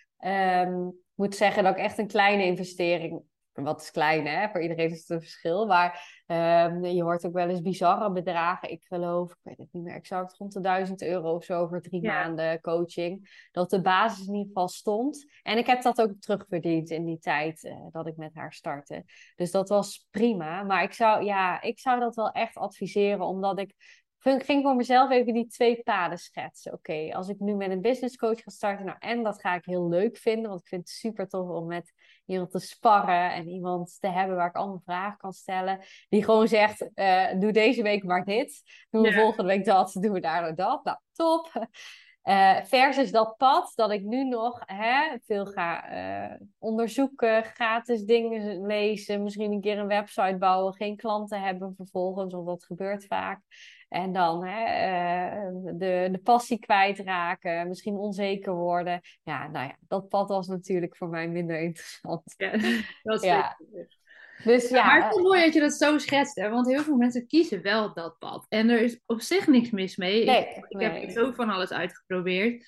Speaker 2: Um, ik moet zeggen dat ik echt een kleine investering... Wat is klein, hè? Voor iedereen is het een verschil. Maar um, je hoort ook wel eens bizarre bedragen. Ik geloof, ik weet het niet meer exact, rond de duizend euro of zo voor drie ja. maanden coaching. Dat de basis in ieder geval stond. En ik heb dat ook terugverdiend in die tijd uh, dat ik met haar startte. Dus dat was prima. Maar ik zou, ja, ik zou dat wel echt adviseren, omdat ik... Ik ging voor mezelf even die twee paden schetsen. Oké, okay, als ik nu met een business coach ga starten, nou, en dat ga ik heel leuk vinden, want ik vind het super tof om met iemand te sparren en iemand te hebben waar ik allemaal vragen kan stellen. Die gewoon zegt, uh, doe deze week maar dit, doe ja. volgende week dat, doe daar dat. Nou, top. Uh, versus dat pad dat ik nu nog hè, veel ga uh, onderzoeken, gratis dingen lezen, misschien een keer een website bouwen, geen klanten hebben vervolgens, want dat gebeurt vaak. En dan hè, uh, de, de passie kwijtraken, misschien onzeker worden. Ja, nou ja, dat pad was natuurlijk voor mij minder interessant.
Speaker 1: Ja, dat is
Speaker 2: ja. Dus ja,
Speaker 1: maar het is mooi dat je dat zo schetst, hè? Want heel veel mensen kiezen wel dat pad. En er is op zich niks mis mee.
Speaker 2: Nee,
Speaker 1: ik ik
Speaker 2: nee.
Speaker 1: heb het ook van alles uitgeprobeerd.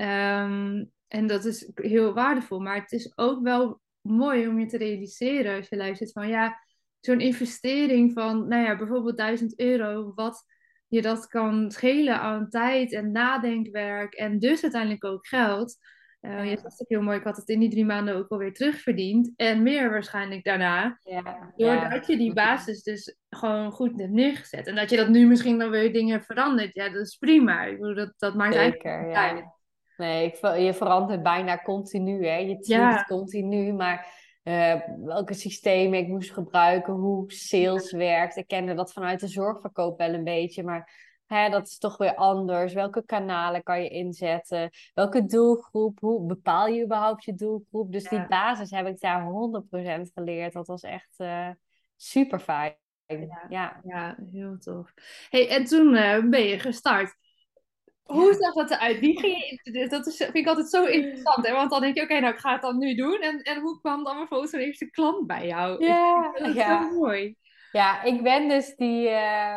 Speaker 1: Um, en dat is heel waardevol. Maar het is ook wel mooi om je te realiseren als je luistert van ja, zo'n investering van, nou ja, bijvoorbeeld duizend euro, wat je dat kan schelen aan tijd en nadenkwerk en dus uiteindelijk ook geld. Uh, ja. Je zegt ook heel mooi, ik had het in die drie maanden ook alweer terugverdiend. En meer waarschijnlijk daarna.
Speaker 2: Ja,
Speaker 1: Doordat
Speaker 2: ja.
Speaker 1: je die basis dus gewoon goed hebt neergezet. En dat je dat nu misschien dan weer dingen verandert. Ja, dat is prima. Ik bedoel, dat, dat maakt
Speaker 2: Zeker,
Speaker 1: eigenlijk
Speaker 2: ja.
Speaker 1: uit.
Speaker 2: Nee, ik, je verandert bijna continu, hè. Je tweakt
Speaker 1: ja.
Speaker 2: continu, maar uh, welke systemen ik moest gebruiken, hoe sales ja. werkt. Ik kende dat vanuit de zorgverkoop wel een beetje, maar hè, dat is toch weer anders. Welke kanalen kan je inzetten? Welke doelgroep? Hoe bepaal je überhaupt je doelgroep? Dus ja. die basis heb ik daar honderd procent geleerd. Dat was echt uh, super fijn.
Speaker 1: Ja,
Speaker 2: ja.
Speaker 1: ja, heel tof. Hey, en toen uh, ben je gestart. Hoe zag dat eruit? Die ging je, dat is, vind ik altijd zo interessant. Hè? Want dan denk je, oké, okay, nou ik ga het dan nu doen. En, en hoe kwam dan bijvoorbeeld zo'n eerste klant bij jou?
Speaker 2: Ja,
Speaker 1: dat is
Speaker 2: ja.
Speaker 1: zo mooi.
Speaker 2: Ja, ik ben dus die... Uh,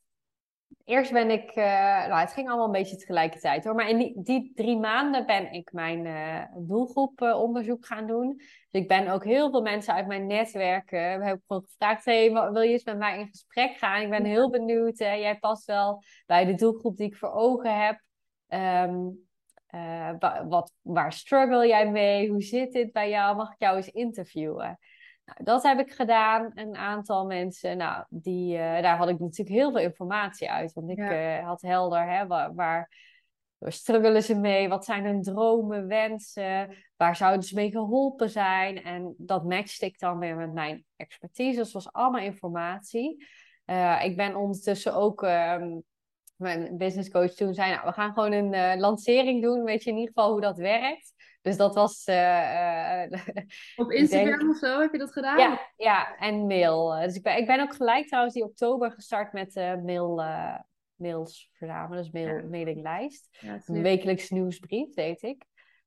Speaker 2: eerst ben ik... Uh, nou, het ging allemaal een beetje tegelijkertijd hoor. Maar in die, die drie maanden ben ik mijn uh, doelgroeponderzoek gaan doen. Dus ik ben ook heel veel mensen uit mijn netwerk... Uh, heb ik gewoon gevraagd, hey, wil je eens met mij in gesprek gaan? Ik ben ja. heel benieuwd. Hè? Jij past wel bij de doelgroep die ik voor ogen heb. Um, uh, wat, waar struggle jij mee? Hoe zit dit bij jou? Mag ik jou eens interviewen? Nou, dat heb ik gedaan. Een aantal mensen, nou, die, uh, daar had ik natuurlijk heel veel informatie uit. Want ik ja. uh, had helder, hè, waar, waar, waar struggelen ze mee? Wat zijn hun dromen, wensen? Waar zouden ze mee geholpen zijn? En dat matchte ik dan weer met mijn expertise. Dus dat was allemaal informatie. Uh, ik ben ondertussen ook... Um, mijn business coach toen zei, nou, we gaan gewoon een uh, lancering doen. Weet je in ieder geval hoe dat werkt. Dus dat was... Uh, uh,
Speaker 1: Op Instagram denk, of zo, heb je dat gedaan?
Speaker 2: Ja, ja en mail. Dus ik ben, ik ben ook gelijk trouwens die oktober gestart met uh, mail, uh, mails verzamelen. Dus mail, ja. mailinglijst. Ja, een wekelijks nieuwsbrief, weet ik.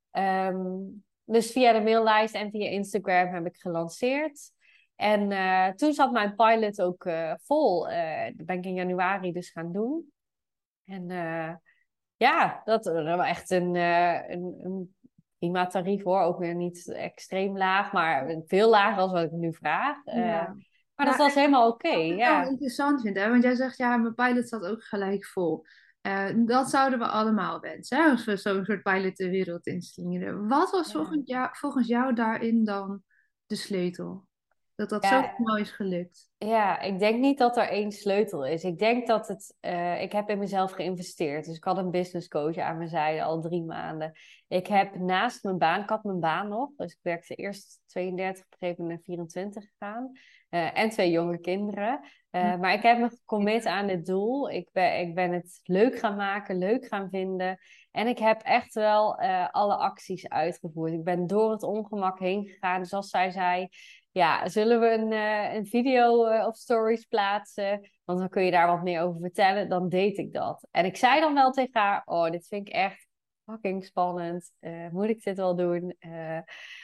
Speaker 2: Um, dus via de maillijst en via Instagram heb ik gelanceerd. En uh, toen zat mijn pilot ook uh, vol. Uh, dat ben ik in januari dus gaan doen. En uh, Ja, dat is wel echt een, uh, een, een prima tarief hoor. Ook weer niet extreem laag, maar veel lager dan wat ik nu vraag. Uh,
Speaker 1: Ja.
Speaker 2: maar dat
Speaker 1: Nou,
Speaker 2: was helemaal oké,
Speaker 1: wat
Speaker 2: okay,
Speaker 1: ik wel
Speaker 2: ja.
Speaker 1: interessant vind, hè? Want jij zegt, ja, mijn pilot staat ook gelijk vol. Eh, dat zouden we allemaal wensen, hè? Als we zo'n soort pilot de wereld inslingeren. Wat was
Speaker 2: Ja.
Speaker 1: volgens jou, volgens jou daarin dan de sleutel? Dat dat zo
Speaker 2: Ja,
Speaker 1: snel is gelukt.
Speaker 2: Ja, ik denk niet dat er één sleutel is. Ik denk dat het. eh, ik heb in mezelf geïnvesteerd. Dus ik had een business coach aan mijn zijde al drie maanden. Ik heb naast mijn baan, ik had mijn baan nog. Dus ik werkte eerst tweeëndertig, op een gegeven moment naar vierentwintig gegaan. Eh, en twee jonge kinderen.
Speaker 1: Ja.
Speaker 2: Eh, maar ik heb me gecommit aan dit doel. Ik ben, ik ben het leuk gaan maken, leuk gaan vinden. En ik heb echt wel eh, alle acties uitgevoerd. Ik ben door het ongemak heen gegaan. Zoals zij zei. Ja, zullen we een, eh, een video eh, of stories plaatsen? Want dan kun je daar wat meer over vertellen. Dan deed ik dat. En ik zei dan wel tegen haar: Oh, dit vind ik echt fucking spannend. Eh, moet ik dit wel doen? Eh,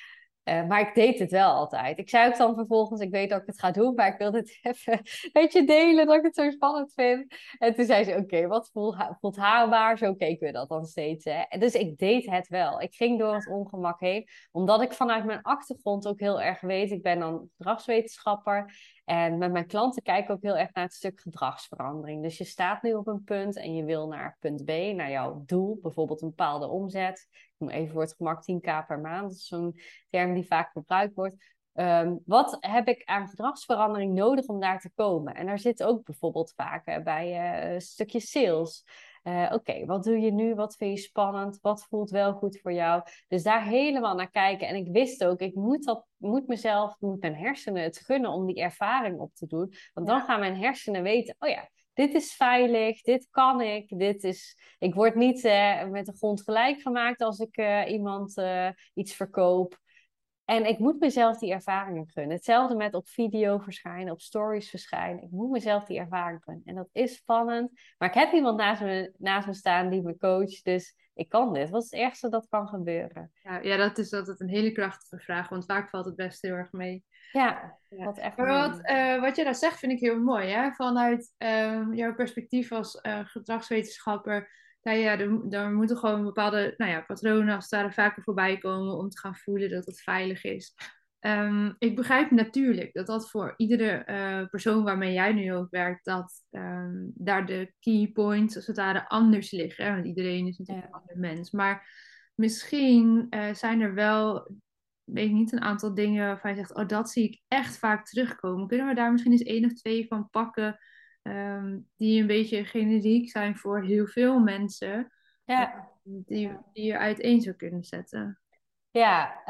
Speaker 2: eh, maar ik deed het wel altijd. Ik zei ook dan vervolgens: Ik weet dat ik het ga doen, maar ik wil dit even met je delen dat ik het zo spannend vind. En toen zei ze: Oké, okay, wat voelt, voelt haalbaar? Zo keken we dat dan steeds. Hè? En dus ik deed het wel. Ik ging door het ongemak heen omdat ik vanuit mijn achtergrond ook heel erg weet, ik ben dan gedragswetenschapper en met mijn klanten kijk ik ook heel erg naar het stuk gedragsverandering. Dus je staat nu op een punt en je wil naar punt B, naar jouw doel, bijvoorbeeld een bepaalde omzet. Ik noem even voor het gemak tien k per maand, dat is zo'n term die vaak gebruikt wordt. Um, wat heb ik aan gedragsverandering nodig om daar te komen? En daar zit ook bijvoorbeeld vaak uh, bij uh, een stukje sales. Uh, Oké, okay, wat doe je nu? Wat vind je spannend? Wat voelt wel goed voor jou? Dus daar helemaal naar kijken. En ik wist ook, ik moet, dat, moet mezelf, moet mijn hersenen het gunnen om die ervaring op te doen. Want dan
Speaker 1: Ja.
Speaker 2: gaan mijn hersenen weten, oh ja, dit is veilig, dit kan ik, dit is... Ik word niet uh, met de grond gelijk gemaakt als ik uh, iemand uh, iets verkoop. En ik moet mezelf die ervaringen gunnen. Hetzelfde met op video verschijnen, op stories verschijnen. Ik moet mezelf die ervaring gunnen. En dat is spannend. Maar ik heb iemand naast me, naast me staan die me coacht. Dus ik kan dit. Wat is het ergste dat kan gebeuren?
Speaker 1: Ja, ja, dat is altijd een hele krachtige vraag, want vaak valt het best heel erg mee.
Speaker 2: Ja,
Speaker 1: Ja.
Speaker 2: wat echt
Speaker 1: Maar wat,
Speaker 2: mee.
Speaker 1: eh, wat je daar zegt vind ik heel mooi, hè? Vanuit ehm, jouw perspectief als eh, gedragswetenschapper. Nou ja, er, er moeten gewoon bepaalde nou ja, patronen als het ware vaker voorbij komen om te gaan voelen dat het veilig is. Ehm, ik begrijp natuurlijk dat dat voor iedere eh, persoon waarmee jij nu ook werkt, dat ehm, daar de key points als het ware anders liggen. Hè? Want iedereen is natuurlijk
Speaker 2: Ja.
Speaker 1: een ander mens. Maar misschien eh, zijn er wel, weet ik niet, een aantal dingen waarvan je zegt, oh, dat zie ik echt vaak terugkomen. Kunnen we daar misschien eens één of twee van pakken, ehm, die een beetje generiek zijn voor heel veel mensen, eh,
Speaker 2: Ja.
Speaker 1: die,
Speaker 2: Ja.
Speaker 1: die je uiteen zou kunnen zetten?
Speaker 2: Ja,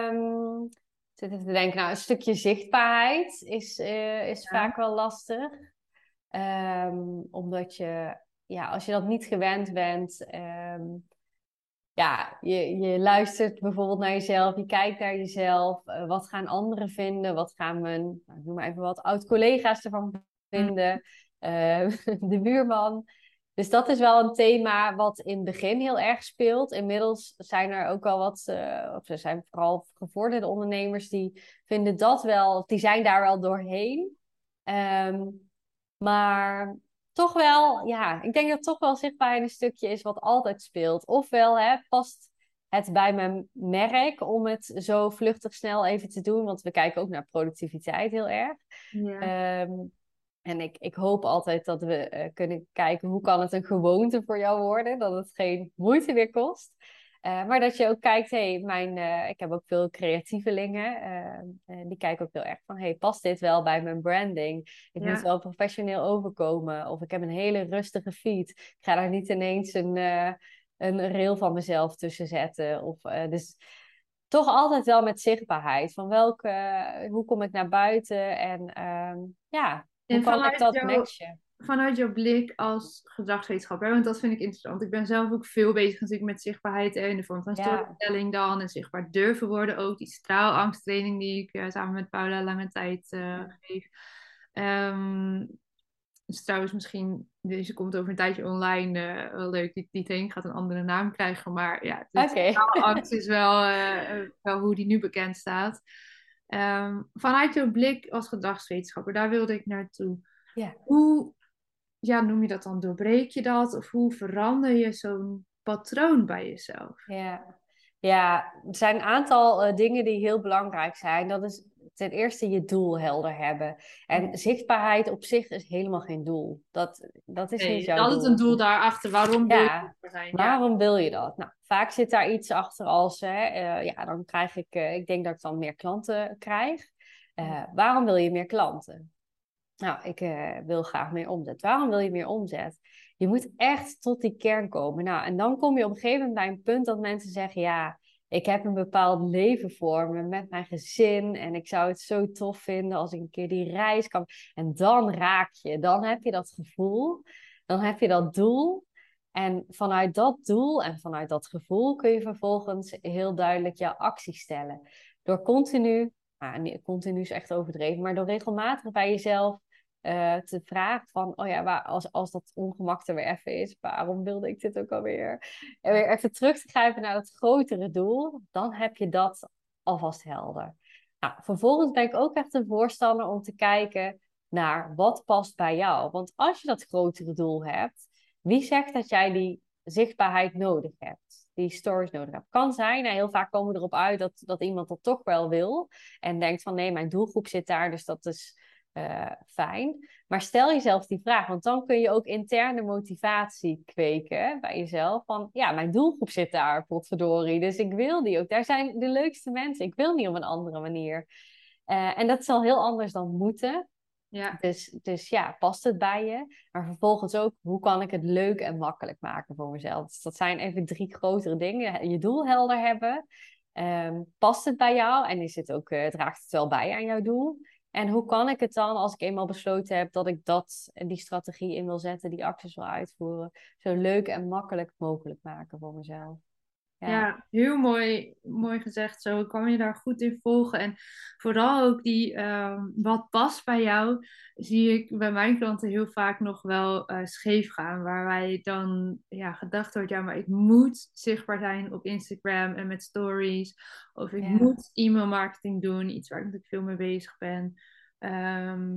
Speaker 2: um, ik zit even te denken. Nou, een stukje zichtbaarheid is, uh, is
Speaker 1: Ja,
Speaker 2: vaak wel lastig. Um, omdat je, ja, als je dat niet gewend bent, um, ja, je, je luistert bijvoorbeeld naar jezelf, je kijkt naar jezelf. Uh, wat gaan anderen vinden? Wat gaan mijn, nou, noem maar even wat, oud-collega's ervan
Speaker 1: mm,
Speaker 2: vinden? Uh, de buurman. Dus dat is wel een thema wat in het begin heel erg speelt. Inmiddels zijn er ook wel wat, uh, of er zijn vooral gevorderde ondernemers die vinden dat wel, die zijn daar wel doorheen. Um, maar toch wel, ja, ik denk dat toch wel zichtbaar een stukje is wat altijd speelt. Ofwel, hè, past het bij mijn merk om het zo vluchtig snel even te doen? Want we kijken ook naar productiviteit heel erg.
Speaker 1: ja.
Speaker 2: Um, en ik, ik hoop altijd dat we uh, kunnen kijken hoe kan het een gewoonte voor jou worden, dat het geen moeite meer kost. Uh, maar dat je ook kijkt, hey, mijn, uh, ik heb ook veel creatievelingen, uh, uh, die kijken ook heel erg van, hey, past dit wel bij mijn branding? Ik moet
Speaker 1: Ja.
Speaker 2: wel professioneel overkomen, of ik heb een hele rustige feed. Ik ga daar niet ineens een, uh, een reel van mezelf tussen zetten. Of, uh, dus toch altijd wel met zichtbaarheid, van welke, hoe kom ik naar buiten en uh, ja, hoe
Speaker 1: En
Speaker 2: kan ik
Speaker 1: vanuit
Speaker 2: dat
Speaker 1: jouw,
Speaker 2: matchen?
Speaker 1: vanuit jouw blik als gedragswetenschapper, hè, want dat vind ik interessant. Ik ben zelf ook veel bezig natuurlijk met zichtbaarheid hè, in de vorm van
Speaker 2: Ja,
Speaker 1: storytelling dan. En zichtbaar durven worden ook. Die straalangsttraining die ik eh, samen met Paula lange tijd eh, geef. Ehm, dus trouwens misschien, deze komt over een tijdje online, eh, wel leuk. Die, die training gaat een andere naam krijgen. Maar ja, de
Speaker 2: oké.
Speaker 1: straalangst is wel, eh, wel hoe die nu bekend staat. Ehm, vanuit jouw blik als gedragswetenschapper, daar wilde ik naartoe.
Speaker 2: Ja.
Speaker 1: Hoe ja, noem je dat dan, doorbreek je dat? Of hoe verander je zo'n patroon bij jezelf?
Speaker 2: Ja, ja, er zijn een aantal eh, dingen die heel belangrijk zijn. Dat is ten eerste je doel helder hebben. En zichtbaarheid op zich is helemaal geen doel. Dat, dat is
Speaker 1: Nee,
Speaker 2: niet
Speaker 1: er is
Speaker 2: jouw
Speaker 1: altijd een
Speaker 2: doel.
Speaker 1: doel daarachter. Waarom wil je
Speaker 2: Ja,
Speaker 1: er zijn? Ja.
Speaker 2: waarom wil je dat? Nou, vaak zit daar iets achter als, hè, eh, ja, dan krijg ik, eh, ik denk dat ik dan meer klanten krijg. Eh, waarom wil je meer klanten? Nou, ik eh, wil graag meer omzet. Waarom wil je meer omzet? Je moet echt tot die kern komen. Nou, en dan kom je op een gegeven moment bij een punt dat mensen zeggen: ja, ik heb een bepaald leven voor me met mijn gezin. En ik zou het zo tof vinden als ik een keer die reis kan. En dan raak je, dan heb je dat gevoel, dan heb je dat doel. En vanuit dat doel en vanuit dat gevoel kun je vervolgens heel duidelijk jouw actie stellen. Door continu, nou, nee, continu is echt overdreven, maar door regelmatig bij jezelf eh, te vragen van, oh ja, waar, als, als dat ongemak er weer even is, waarom wilde ik dit ook alweer? En weer even terug te grijpen naar het grotere doel, dan heb je dat alvast helder. Nou, vervolgens ben ik ook echt een voorstander om te kijken naar wat past bij jou. Want als je dat grotere doel hebt, wie zegt dat jij die zichtbaarheid nodig hebt? Die stories nodig hebt. Kan zijn, en heel vaak komen we erop uit dat, dat iemand dat toch wel wil. En denkt van nee, mijn doelgroep zit daar, dus dat is uh, fijn. Maar stel jezelf die vraag, want dan kun je ook interne motivatie kweken bij jezelf. Van ja, mijn doelgroep zit daar, potverdorie. Dus ik wil die ook. Daar zijn de leukste mensen. Ik wil niet op een andere manier. Uh, en dat is al heel anders dan moeten.
Speaker 1: Ja.
Speaker 2: Dus, dus ja, past het bij je? Maar vervolgens ook, hoe kan ik het leuk en makkelijk maken voor mezelf? Dus dat zijn even drie grotere dingen. Je doel helder hebben. Um, past het bij jou? En is het ook, uh, draagt het wel bij aan jouw doel? En hoe kan ik het dan, als ik eenmaal besloten heb dat ik dat en die strategie in wil zetten, die acties wil uitvoeren, zo leuk en makkelijk mogelijk maken voor mezelf? Ja,
Speaker 1: Ja, heel mooi, mooi gezegd zo. Ik kan je daar goed in volgen. En vooral ook die, ehm, wat past bij jou, zie ik bij mijn klanten heel vaak nog wel eh, scheef gaan. Waarbij dan ja, gedacht wordt, ja, maar ik moet zichtbaar zijn op Instagram en met stories. Of ik
Speaker 2: ja,
Speaker 1: moet e-mail marketing doen, iets waar ik natuurlijk veel mee bezig ben. Ehm,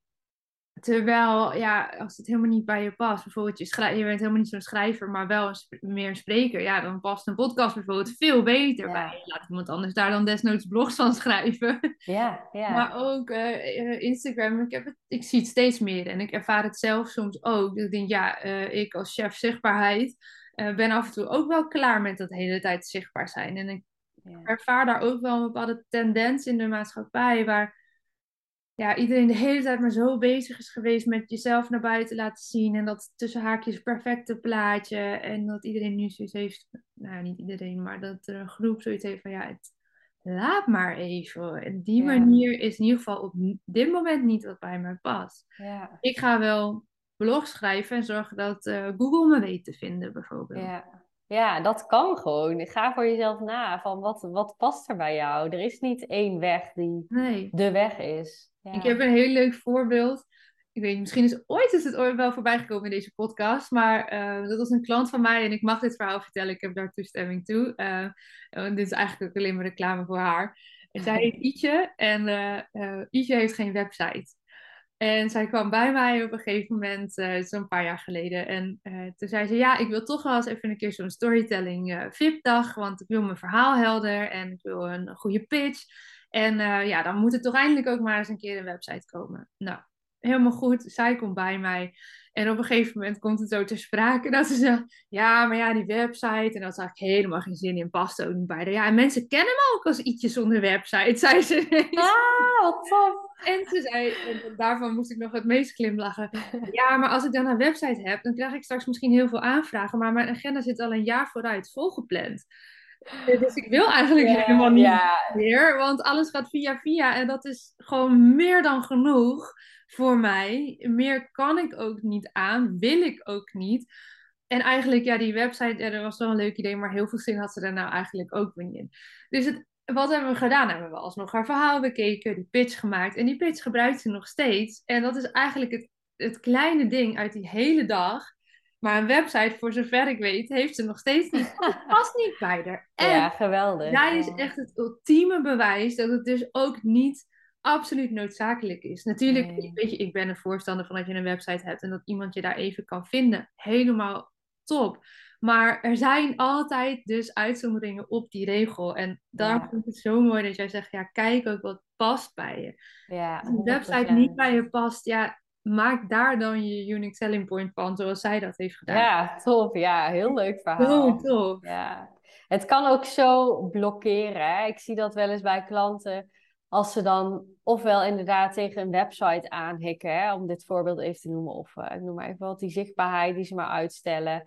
Speaker 1: Terwijl, ja, als het helemaal niet bij je past, bijvoorbeeld je, schrij- je bent helemaal niet zo'n schrijver, maar wel een sp- meer een spreker, ja, dan past een podcast bijvoorbeeld veel beter bij.
Speaker 2: ja,
Speaker 1: Laat iemand anders daar dan desnoods blogs van schrijven.
Speaker 2: ja,
Speaker 1: Maar
Speaker 2: ja,
Speaker 1: ook eh, eh, Instagram, ik, heb het, ik zie het steeds meer en ik ervaar het zelf soms ook. Dat ik denk, ja, eh, ik als chef zichtbaarheid eh, ben af en toe ook wel klaar met dat de hele tijd zichtbaar zijn. En ik
Speaker 2: ja,
Speaker 1: ervaar daar ook wel een bepaalde tendens in de maatschappij waar ja, iedereen de hele tijd maar zo bezig is geweest met jezelf naar buiten laten zien. En dat tussen haakjes perfecte plaatje. En dat iedereen nu zoiets heeft. Nou, niet iedereen, maar dat er een groep zoiets heeft van ja, het, laat maar even. En die
Speaker 2: ja,
Speaker 1: manier is in ieder geval op dit moment niet wat bij mij past.
Speaker 2: ja.
Speaker 1: Ik ga wel blogs schrijven en zorgen dat eh, Google me weet te vinden, bijvoorbeeld.
Speaker 2: Ja. Ja, dat kan gewoon. Ga voor jezelf na van wat, wat past er bij jou. Er is niet één weg die
Speaker 1: Nee.
Speaker 2: de weg is.
Speaker 1: Ik heb
Speaker 2: Ja.
Speaker 1: een heel leuk voorbeeld. Ik weet niet, misschien is ooit is het ooit wel voorbij gekomen in deze podcast. Maar eh, dat was een klant van mij en ik mag dit verhaal vertellen. Ik heb daar toestemming toe. Eh, en dit is eigenlijk ook alleen maar reclame voor haar. Zij heet Ietje en eh eh, Ietje heeft geen website. En zij kwam bij mij op een gegeven moment, eh, zo'n paar jaar geleden. En eh, toen zei ze, ja, ik wil toch wel eens even een keer zo'n storytelling eh, V I P-dag. Want ik wil mijn verhaal helder en ik wil een goede pitch. En eh, ja, dan moet er toch eindelijk ook maar eens een keer een website komen. Nou, helemaal goed. Zij komt bij mij. En op een gegeven moment komt het zo ter sprake dat ze zegt, ja, maar ja, die website. En daar zag ik helemaal geen zin in, past ook niet bij haar. Ja, en mensen kennen me ook als ietsje zonder website, zei ze ineens.
Speaker 2: Ah, wat tof.
Speaker 1: En ze zei, en daarvan moest ik nog het meest glimlachen. Ja, maar als ik dan een website heb, dan krijg ik straks misschien heel veel aanvragen. Maar mijn agenda zit al een jaar vooruit volgepland. Eh, Dus ik wil eigenlijk helemaal
Speaker 2: Ja,
Speaker 1: niet
Speaker 2: ja,
Speaker 1: meer, want alles gaat via via. En dat is gewoon meer dan genoeg voor mij. Meer kan ik ook niet aan, wil ik ook niet. En eigenlijk, ja, die website, ja, dat was wel een leuk idee, maar heel veel zin had ze er nou eigenlijk ook weer niet in. Dus het, wat hebben we gedaan? Hebben we alsnog haar verhaal bekeken, die pitch gemaakt. En die pitch gebruikt ze nog steeds. En dat is eigenlijk het, het kleine ding uit die hele dag. Maar een website, voor zover ik weet, heeft ze nog steeds niet. Want het past niet bij haar. En
Speaker 2: ja, geweldig.
Speaker 1: zij is
Speaker 2: Ja.
Speaker 1: echt het ultieme bewijs dat het dus ook niet absoluut noodzakelijk is. Natuurlijk,
Speaker 2: Nee.
Speaker 1: weet je, ik ben een voorstander van dat je een website hebt en dat iemand je daar even kan vinden. Helemaal top. Maar er zijn altijd dus uitzonderingen op die regel. En daarom
Speaker 2: Ja,
Speaker 1: vind ik het zo mooi dat jij zegt, ja, kijk ook wat past bij je.
Speaker 2: ja,
Speaker 1: Als een
Speaker 2: honderd
Speaker 1: website niet
Speaker 2: procent.
Speaker 1: bij je past, ja, maak daar dan je unique selling point van, zoals zij dat heeft gedaan.
Speaker 2: Ja, top. Ja, heel leuk
Speaker 1: Zo
Speaker 2: verhaal.
Speaker 1: tof.
Speaker 2: Ja. Het kan ook zo blokkeren. Hè? Ik zie dat wel eens bij klanten. Als ze dan ofwel inderdaad tegen een website aanhikken, hè, om dit voorbeeld even te noemen, of eh, ik noem maar even wat, die zichtbaarheid die ze maar uitstellen.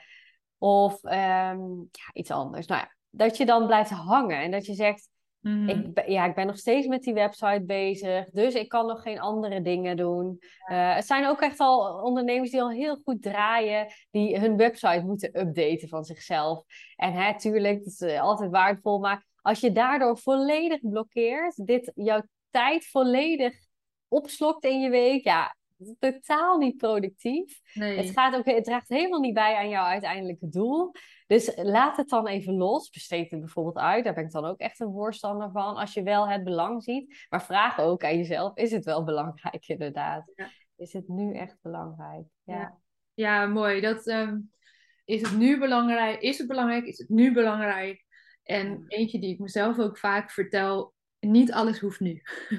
Speaker 2: Of ehm, ja, iets anders. Nou ja, dat je dan blijft hangen en dat je zegt,
Speaker 1: Mhm.
Speaker 2: ik, ben- ja, ik ben nog steeds met die website bezig, dus ik kan nog geen andere dingen doen. Eh, het zijn ook echt al ondernemers die al heel goed draaien, die hun website moeten updaten van zichzelf. En hè, tuurlijk, dat is eh, altijd waardevol, maar als je daardoor volledig blokkeert, dit jouw tijd volledig opslokt in je week, ja, dat is totaal niet productief. Het
Speaker 1: Nee.
Speaker 2: gaat ook, het draagt helemaal niet bij aan jouw uiteindelijke doel. Dus laat het dan even los. Besteed het bijvoorbeeld uit. Daar ben ik dan ook echt een voorstander van. Als je wel het belang ziet. Maar vraag ook aan jezelf: is het wel belangrijk, inderdaad?
Speaker 1: Ja.
Speaker 2: Is het nu echt belangrijk?
Speaker 1: Ja,
Speaker 2: Ja.
Speaker 1: ja, mooi. Dat, ehm, is het nu belangrijk? Is het belangrijk? Is het nu belangrijk? En
Speaker 2: Ja.
Speaker 1: eentje die ik mezelf ook vaak vertel, niet alles hoeft nu.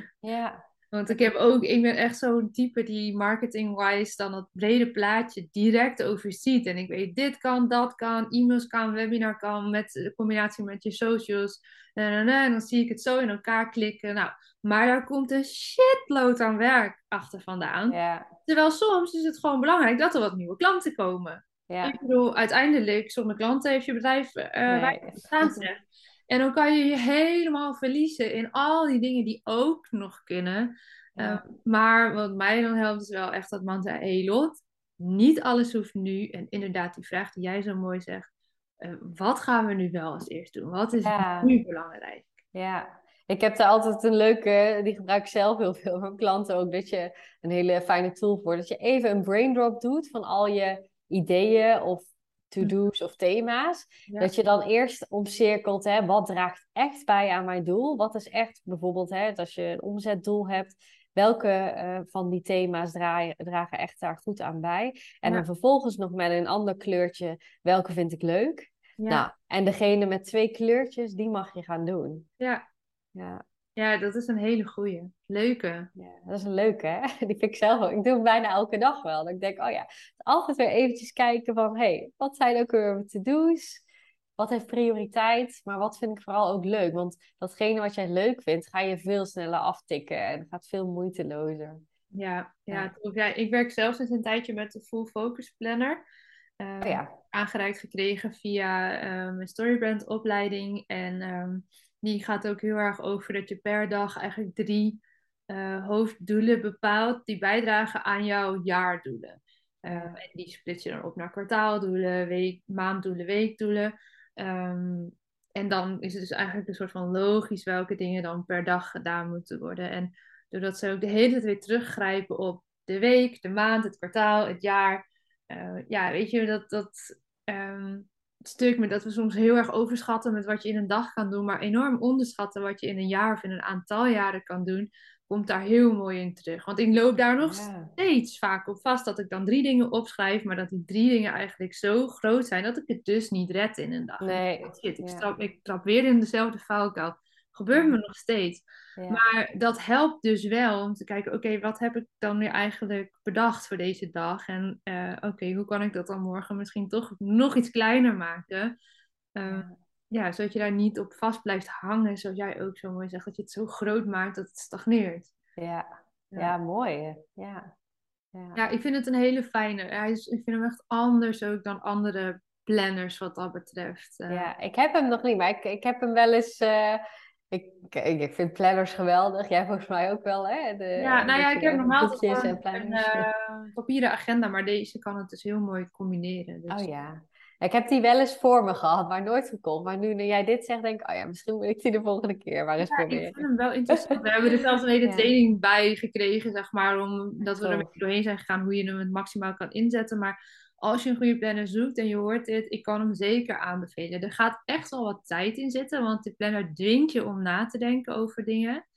Speaker 2: Ja.
Speaker 1: Want ik heb ook, ik ben echt zo'n type die marketing-wise dan het brede plaatje direct overziet. En ik weet, dit kan, dat kan, e-mails kan, webinar kan, met de combinatie met je socials. En, en, en dan zie ik het zo in elkaar klikken. Nou, maar daar komt een shitload aan werk achter vandaan.
Speaker 2: Ja.
Speaker 1: Terwijl soms is het gewoon belangrijk dat er wat nieuwe klanten komen. Ik
Speaker 2: Ja.
Speaker 1: bedoel, uiteindelijk, zonder klanten heeft je bedrijf uh, weinig
Speaker 2: Nee.
Speaker 1: bestaansrecht. En dan kan je je helemaal verliezen in al die dingen die ook nog kunnen. Uh,
Speaker 2: Ja.
Speaker 1: maar wat mij dan helpt is wel echt dat mantra, hey Lot, niet alles hoeft nu. En inderdaad, die vraag die jij zo mooi zegt, uh, wat gaan we nu wel als eerst doen? Wat is
Speaker 2: Ja.
Speaker 1: nu belangrijk?
Speaker 2: Ja. Ik heb daar altijd een leuke, die gebruik ik zelf heel veel van klanten ook, dat je een hele fijne tool voor, dat je even een braindrop doet van al je ideeën of to-do's of thema's.
Speaker 1: Ja,
Speaker 2: Dat je dan eerst omcirkelt, hè, wat draagt echt bij aan mijn doel? Wat is echt bijvoorbeeld, hè, als je een omzetdoel hebt, welke eh, van die thema's draaien, dragen echt daar goed aan bij? En dan
Speaker 1: ja,
Speaker 2: vervolgens nog met een ander kleurtje, welke vind ik leuk?
Speaker 1: ja,
Speaker 2: Nou, en degene met twee kleurtjes, die mag je gaan doen.
Speaker 1: ja.
Speaker 2: Ja,
Speaker 1: Ja, dat is een hele goeie. Leuke.
Speaker 2: ja, dat is een leuke, hè? Die vind ik zelf ook. Ik doe het bijna elke dag wel. Dat ik denk, oh ja, altijd weer eventjes kijken van, hé, hey, wat zijn ook weer mijn to-do's? Wat heeft prioriteit? Maar wat vind ik vooral ook leuk? Want datgene wat jij leuk vindt, ga je veel sneller aftikken en gaat veel moeitelozer.
Speaker 1: Ja, ja,
Speaker 2: Ja,
Speaker 1: tof. Ja, ik werk zelf sinds een tijdje met de Full Focus Planner.
Speaker 2: oh
Speaker 1: Ehm,
Speaker 2: ja.
Speaker 1: aangereikt gekregen via ehm, mijn Storybrand opleiding. En ehm, die gaat ook heel erg over dat je per dag eigenlijk drie eh, hoofddoelen bepaalt die bijdragen aan jouw jaardoelen. Ehm,
Speaker 2: Ja,
Speaker 1: en die split je dan op naar kwartaaldoelen, week, maanddoelen, weekdoelen. Ehm, en dan is het dus eigenlijk een soort van logisch welke dingen dan per dag gedaan moeten worden. En doordat ze ook de hele tijd weer teruggrijpen op de week, de maand, het kwartaal, het jaar. Uh, ja, weet je, dat, dat um, het stuk met dat we soms heel erg overschatten met wat je in een dag kan doen, maar enorm onderschatten wat je in een jaar of in een aantal jaren kan doen, komt daar heel mooi in terug. Want ik loop daar nog
Speaker 2: ja.
Speaker 1: steeds vaak op vast dat ik dan drie dingen opschrijf, maar dat die drie dingen eigenlijk zo groot zijn dat ik het dus niet red in een dag. En
Speaker 2: Nee,
Speaker 1: shit, ik,
Speaker 2: ja,
Speaker 1: stap, ik trap weer in dezelfde valkuil. Gebeurt me
Speaker 2: ja,
Speaker 1: nog steeds.
Speaker 2: ja.
Speaker 1: Maar dat helpt dus wel om te kijken, oké, wat heb ik dan nu eigenlijk bedacht voor deze dag? En uh, oké, hoe kan ik dat dan morgen misschien toch nog iets kleiner maken? Uh,
Speaker 2: Ja,
Speaker 1: ja, zodat je daar niet op vast blijft hangen, zoals jij ook zo mooi zegt, dat je het zo groot maakt dat het stagneert.
Speaker 2: ja,
Speaker 1: Ja,
Speaker 2: ja, mooi. Ja, ja.
Speaker 1: ja, ik vind het een hele fijne. Hij is, ik vind hem echt anders ook dan andere planners wat dat betreft. Uh,
Speaker 2: Ja, ik heb hem nog niet, maar ik, ik heb hem wel eens. eh, ik, ik, ik vind planners geweldig. Jij volgens mij ook wel, hè?
Speaker 1: ja,
Speaker 2: De,
Speaker 1: nou
Speaker 2: dat
Speaker 1: ja,
Speaker 2: je
Speaker 1: ik heb
Speaker 2: de
Speaker 1: normaal toch
Speaker 2: boekjes en
Speaker 1: gewoon een
Speaker 2: planners.
Speaker 1: uh, papieren agenda, maar deze kan het dus heel mooi combineren.
Speaker 2: Oh
Speaker 1: Dus.
Speaker 2: ja. Ik heb die wel eens voor me gehad, maar nooit gekocht. Maar nu, nu jij dit zegt, denk ik, oh ja, misschien moet ik die de volgende keer maar eens
Speaker 1: Ja, ik vind
Speaker 2: proberen.
Speaker 1: hem wel interessant. We hebben er zelfs een hele
Speaker 2: Ja,
Speaker 1: training bij gekregen, zeg maar, omdat we er een
Speaker 2: tof.
Speaker 1: beetje doorheen zijn gegaan hoe je hem het maximaal kan inzetten. Maar als je een goede planner zoekt en je hoort dit, ik kan hem zeker aanbevelen. Er gaat echt wel wat tijd in zitten, want de planner dwingt je om na te denken over dingen.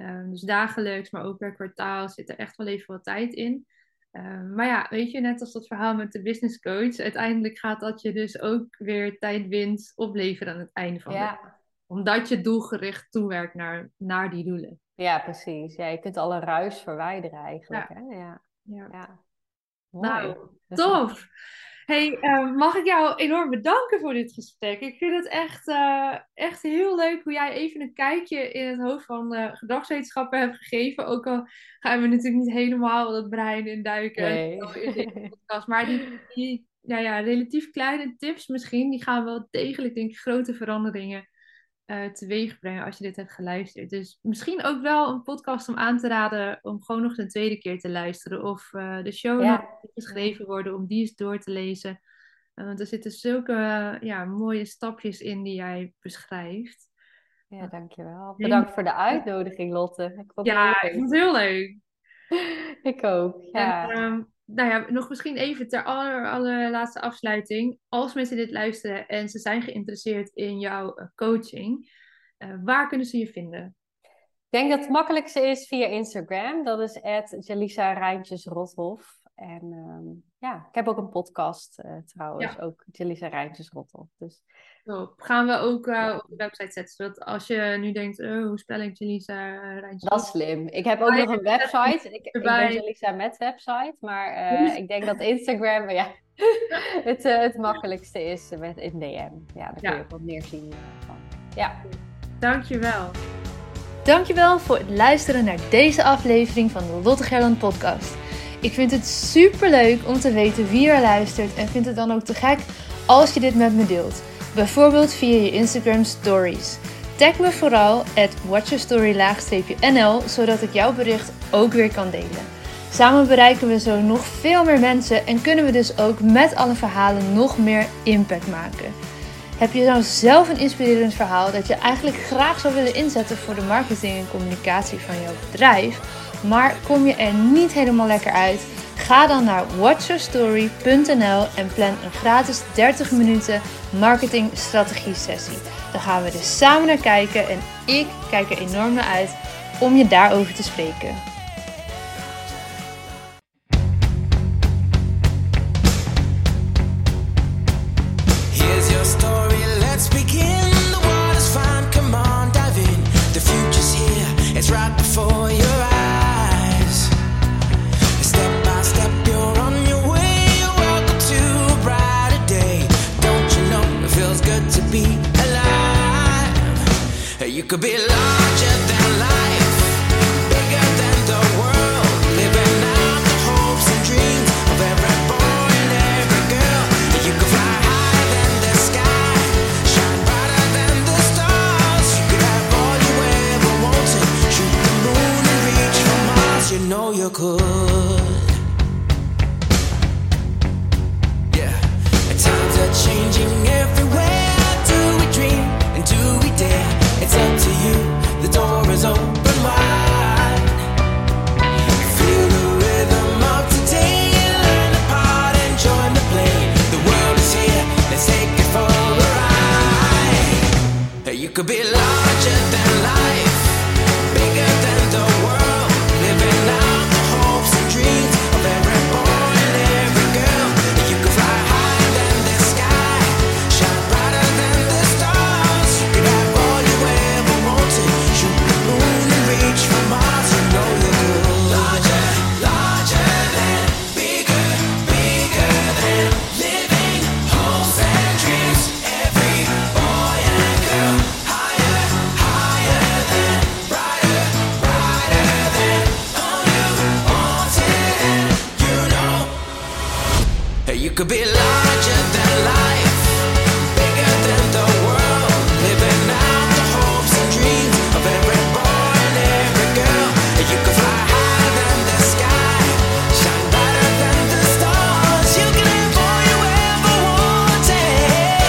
Speaker 1: Uh, dus dagelijks, maar ook per kwartaal zit er echt wel even wat tijd in. Uh, maar ja, weet je, net als dat verhaal met de business coach, uiteindelijk gaat dat je dus ook weer tijd winst opleveren aan het einde van
Speaker 2: ja.
Speaker 1: de dag. Omdat je doelgericht toewerkt naar, naar die doelen.
Speaker 2: Ja, precies. Ja, je kunt alle ruis verwijderen eigenlijk.
Speaker 1: Ja.
Speaker 2: Hè? Ja.
Speaker 1: Ja.
Speaker 2: Ja. Mooi.
Speaker 1: Nou, tof! Hey, uh, mag ik jou enorm bedanken voor dit gesprek. Ik vind het echt, uh, echt heel leuk hoe jij even een kijkje in het hoofd van uh, gedragswetenschappen hebt gegeven. Ook al gaan we natuurlijk niet helemaal het brein induiken
Speaker 2: nee.
Speaker 1: in deze podcast. Maar die, die nou ja, relatief kleine tips misschien, die gaan wel degelijk, denk ik, grote veranderingen uh, teweeg brengen als je dit hebt geluisterd. Dus misschien ook wel een podcast om aan te raden om gewoon nog een tweede keer te luisteren. Of uh, de show
Speaker 2: Ja.
Speaker 1: nog geschreven worden om die eens door te lezen. Uh, want er zitten zulke uh, ja, mooie stapjes in die jij beschrijft.
Speaker 2: Ja, dankjewel. Bedankt voor de uitnodiging, Lotte. Ik vond het
Speaker 1: ja,
Speaker 2: heel leuk.
Speaker 1: ik vond het heel leuk.
Speaker 2: Ik ook, ja.
Speaker 1: En, um, nou ja, nog misschien even ter aller, allerlaatste afsluiting. Als mensen dit luisteren en ze zijn geïnteresseerd in jouw uh, coaching, uh, waar kunnen ze je vinden?
Speaker 2: Ik denk dat het makkelijkste is via Instagram. Dat is at Jalisa Rijntjes Rothof. En um, ja, ik heb ook een podcast uh, trouwens. Ja. Ook Jalisa Rijntjes Rothof. Dus...
Speaker 1: Top. Gaan we ook uh, ja. op de website zetten. Zodat als je nu denkt, oh, hoe spel ik Jalisa Rijntjes?
Speaker 2: Dat is slim. Ik heb ook ah, nog een website. Ik, ik ben Jalisa met website. Maar uh, ik denk dat Instagram ja, het, uh, het makkelijkste is met in D M. Ja, daar kun je ja. ook wat meer zien uh, van. Ja.
Speaker 1: Dankjewel. Dankjewel voor het luisteren naar deze aflevering van de Lotte Gerland podcast. Ik vind het super leuk om te weten wie er luistert en vind het dan ook te gek als je dit met me deelt. Bijvoorbeeld via je Instagram stories. Tag me vooral at watchyourstory N L, zodat ik jouw bericht ook weer kan delen. Samen bereiken we zo nog veel meer mensen en kunnen we dus ook met alle verhalen nog meer impact maken. Heb je nou zelf een inspirerend verhaal dat je eigenlijk graag zou willen inzetten voor de marketing en communicatie van jouw bedrijf, maar kom je er niet helemaal lekker uit? Ga dan naar watch your story punt n l en plan een gratis dertig minuten marketing strategie sessie. Dan gaan we dus samen naar kijken en ik kijk er enorm naar uit om je daarover te spreken.
Speaker 3: Right before your eyes. Step by step, you're on your way. Welcome to a brighter day. Don't you know it feels good to be alive? You could be larger than life, bigger than the world, living out the hopes and dreams of every boy and every girl. You could fly higher than the sky, shine brighter than the stars. You could have all you ever wanted. You know you could. Yeah. And times are changing everywhere. Do we dream and do we dare? It's up to you. The door is open wide. Feel the rhythm of today. Learn the part and join the play. The world is here. Let's take it for a ride. You could be larger than life, bigger than the world. Living out the hopes and dreams of every boy and every girl. You could fly higher than the sky, shine brighter than the stars. You could have all you ever wanted. Shoot the moon and reach for Mars. You know you could. Larger, larger than, bigger, bigger than. Living hopes and dreams. Every boy and girl. Higher, higher than, brighter, brighter than. You could be larger than life, bigger than the world, living out the hopes and dreams of every boy and every girl. You could fly higher than the sky, shine brighter than the stars. You can have all you ever wanted.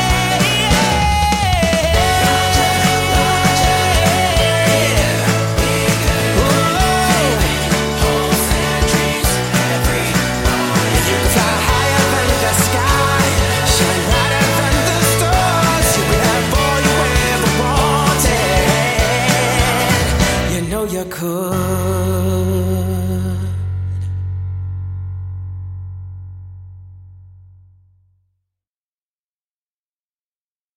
Speaker 3: Larger, larger, bigger, bigger, living hopes and dreams, every boy. You could fly higher than the sky, shine good.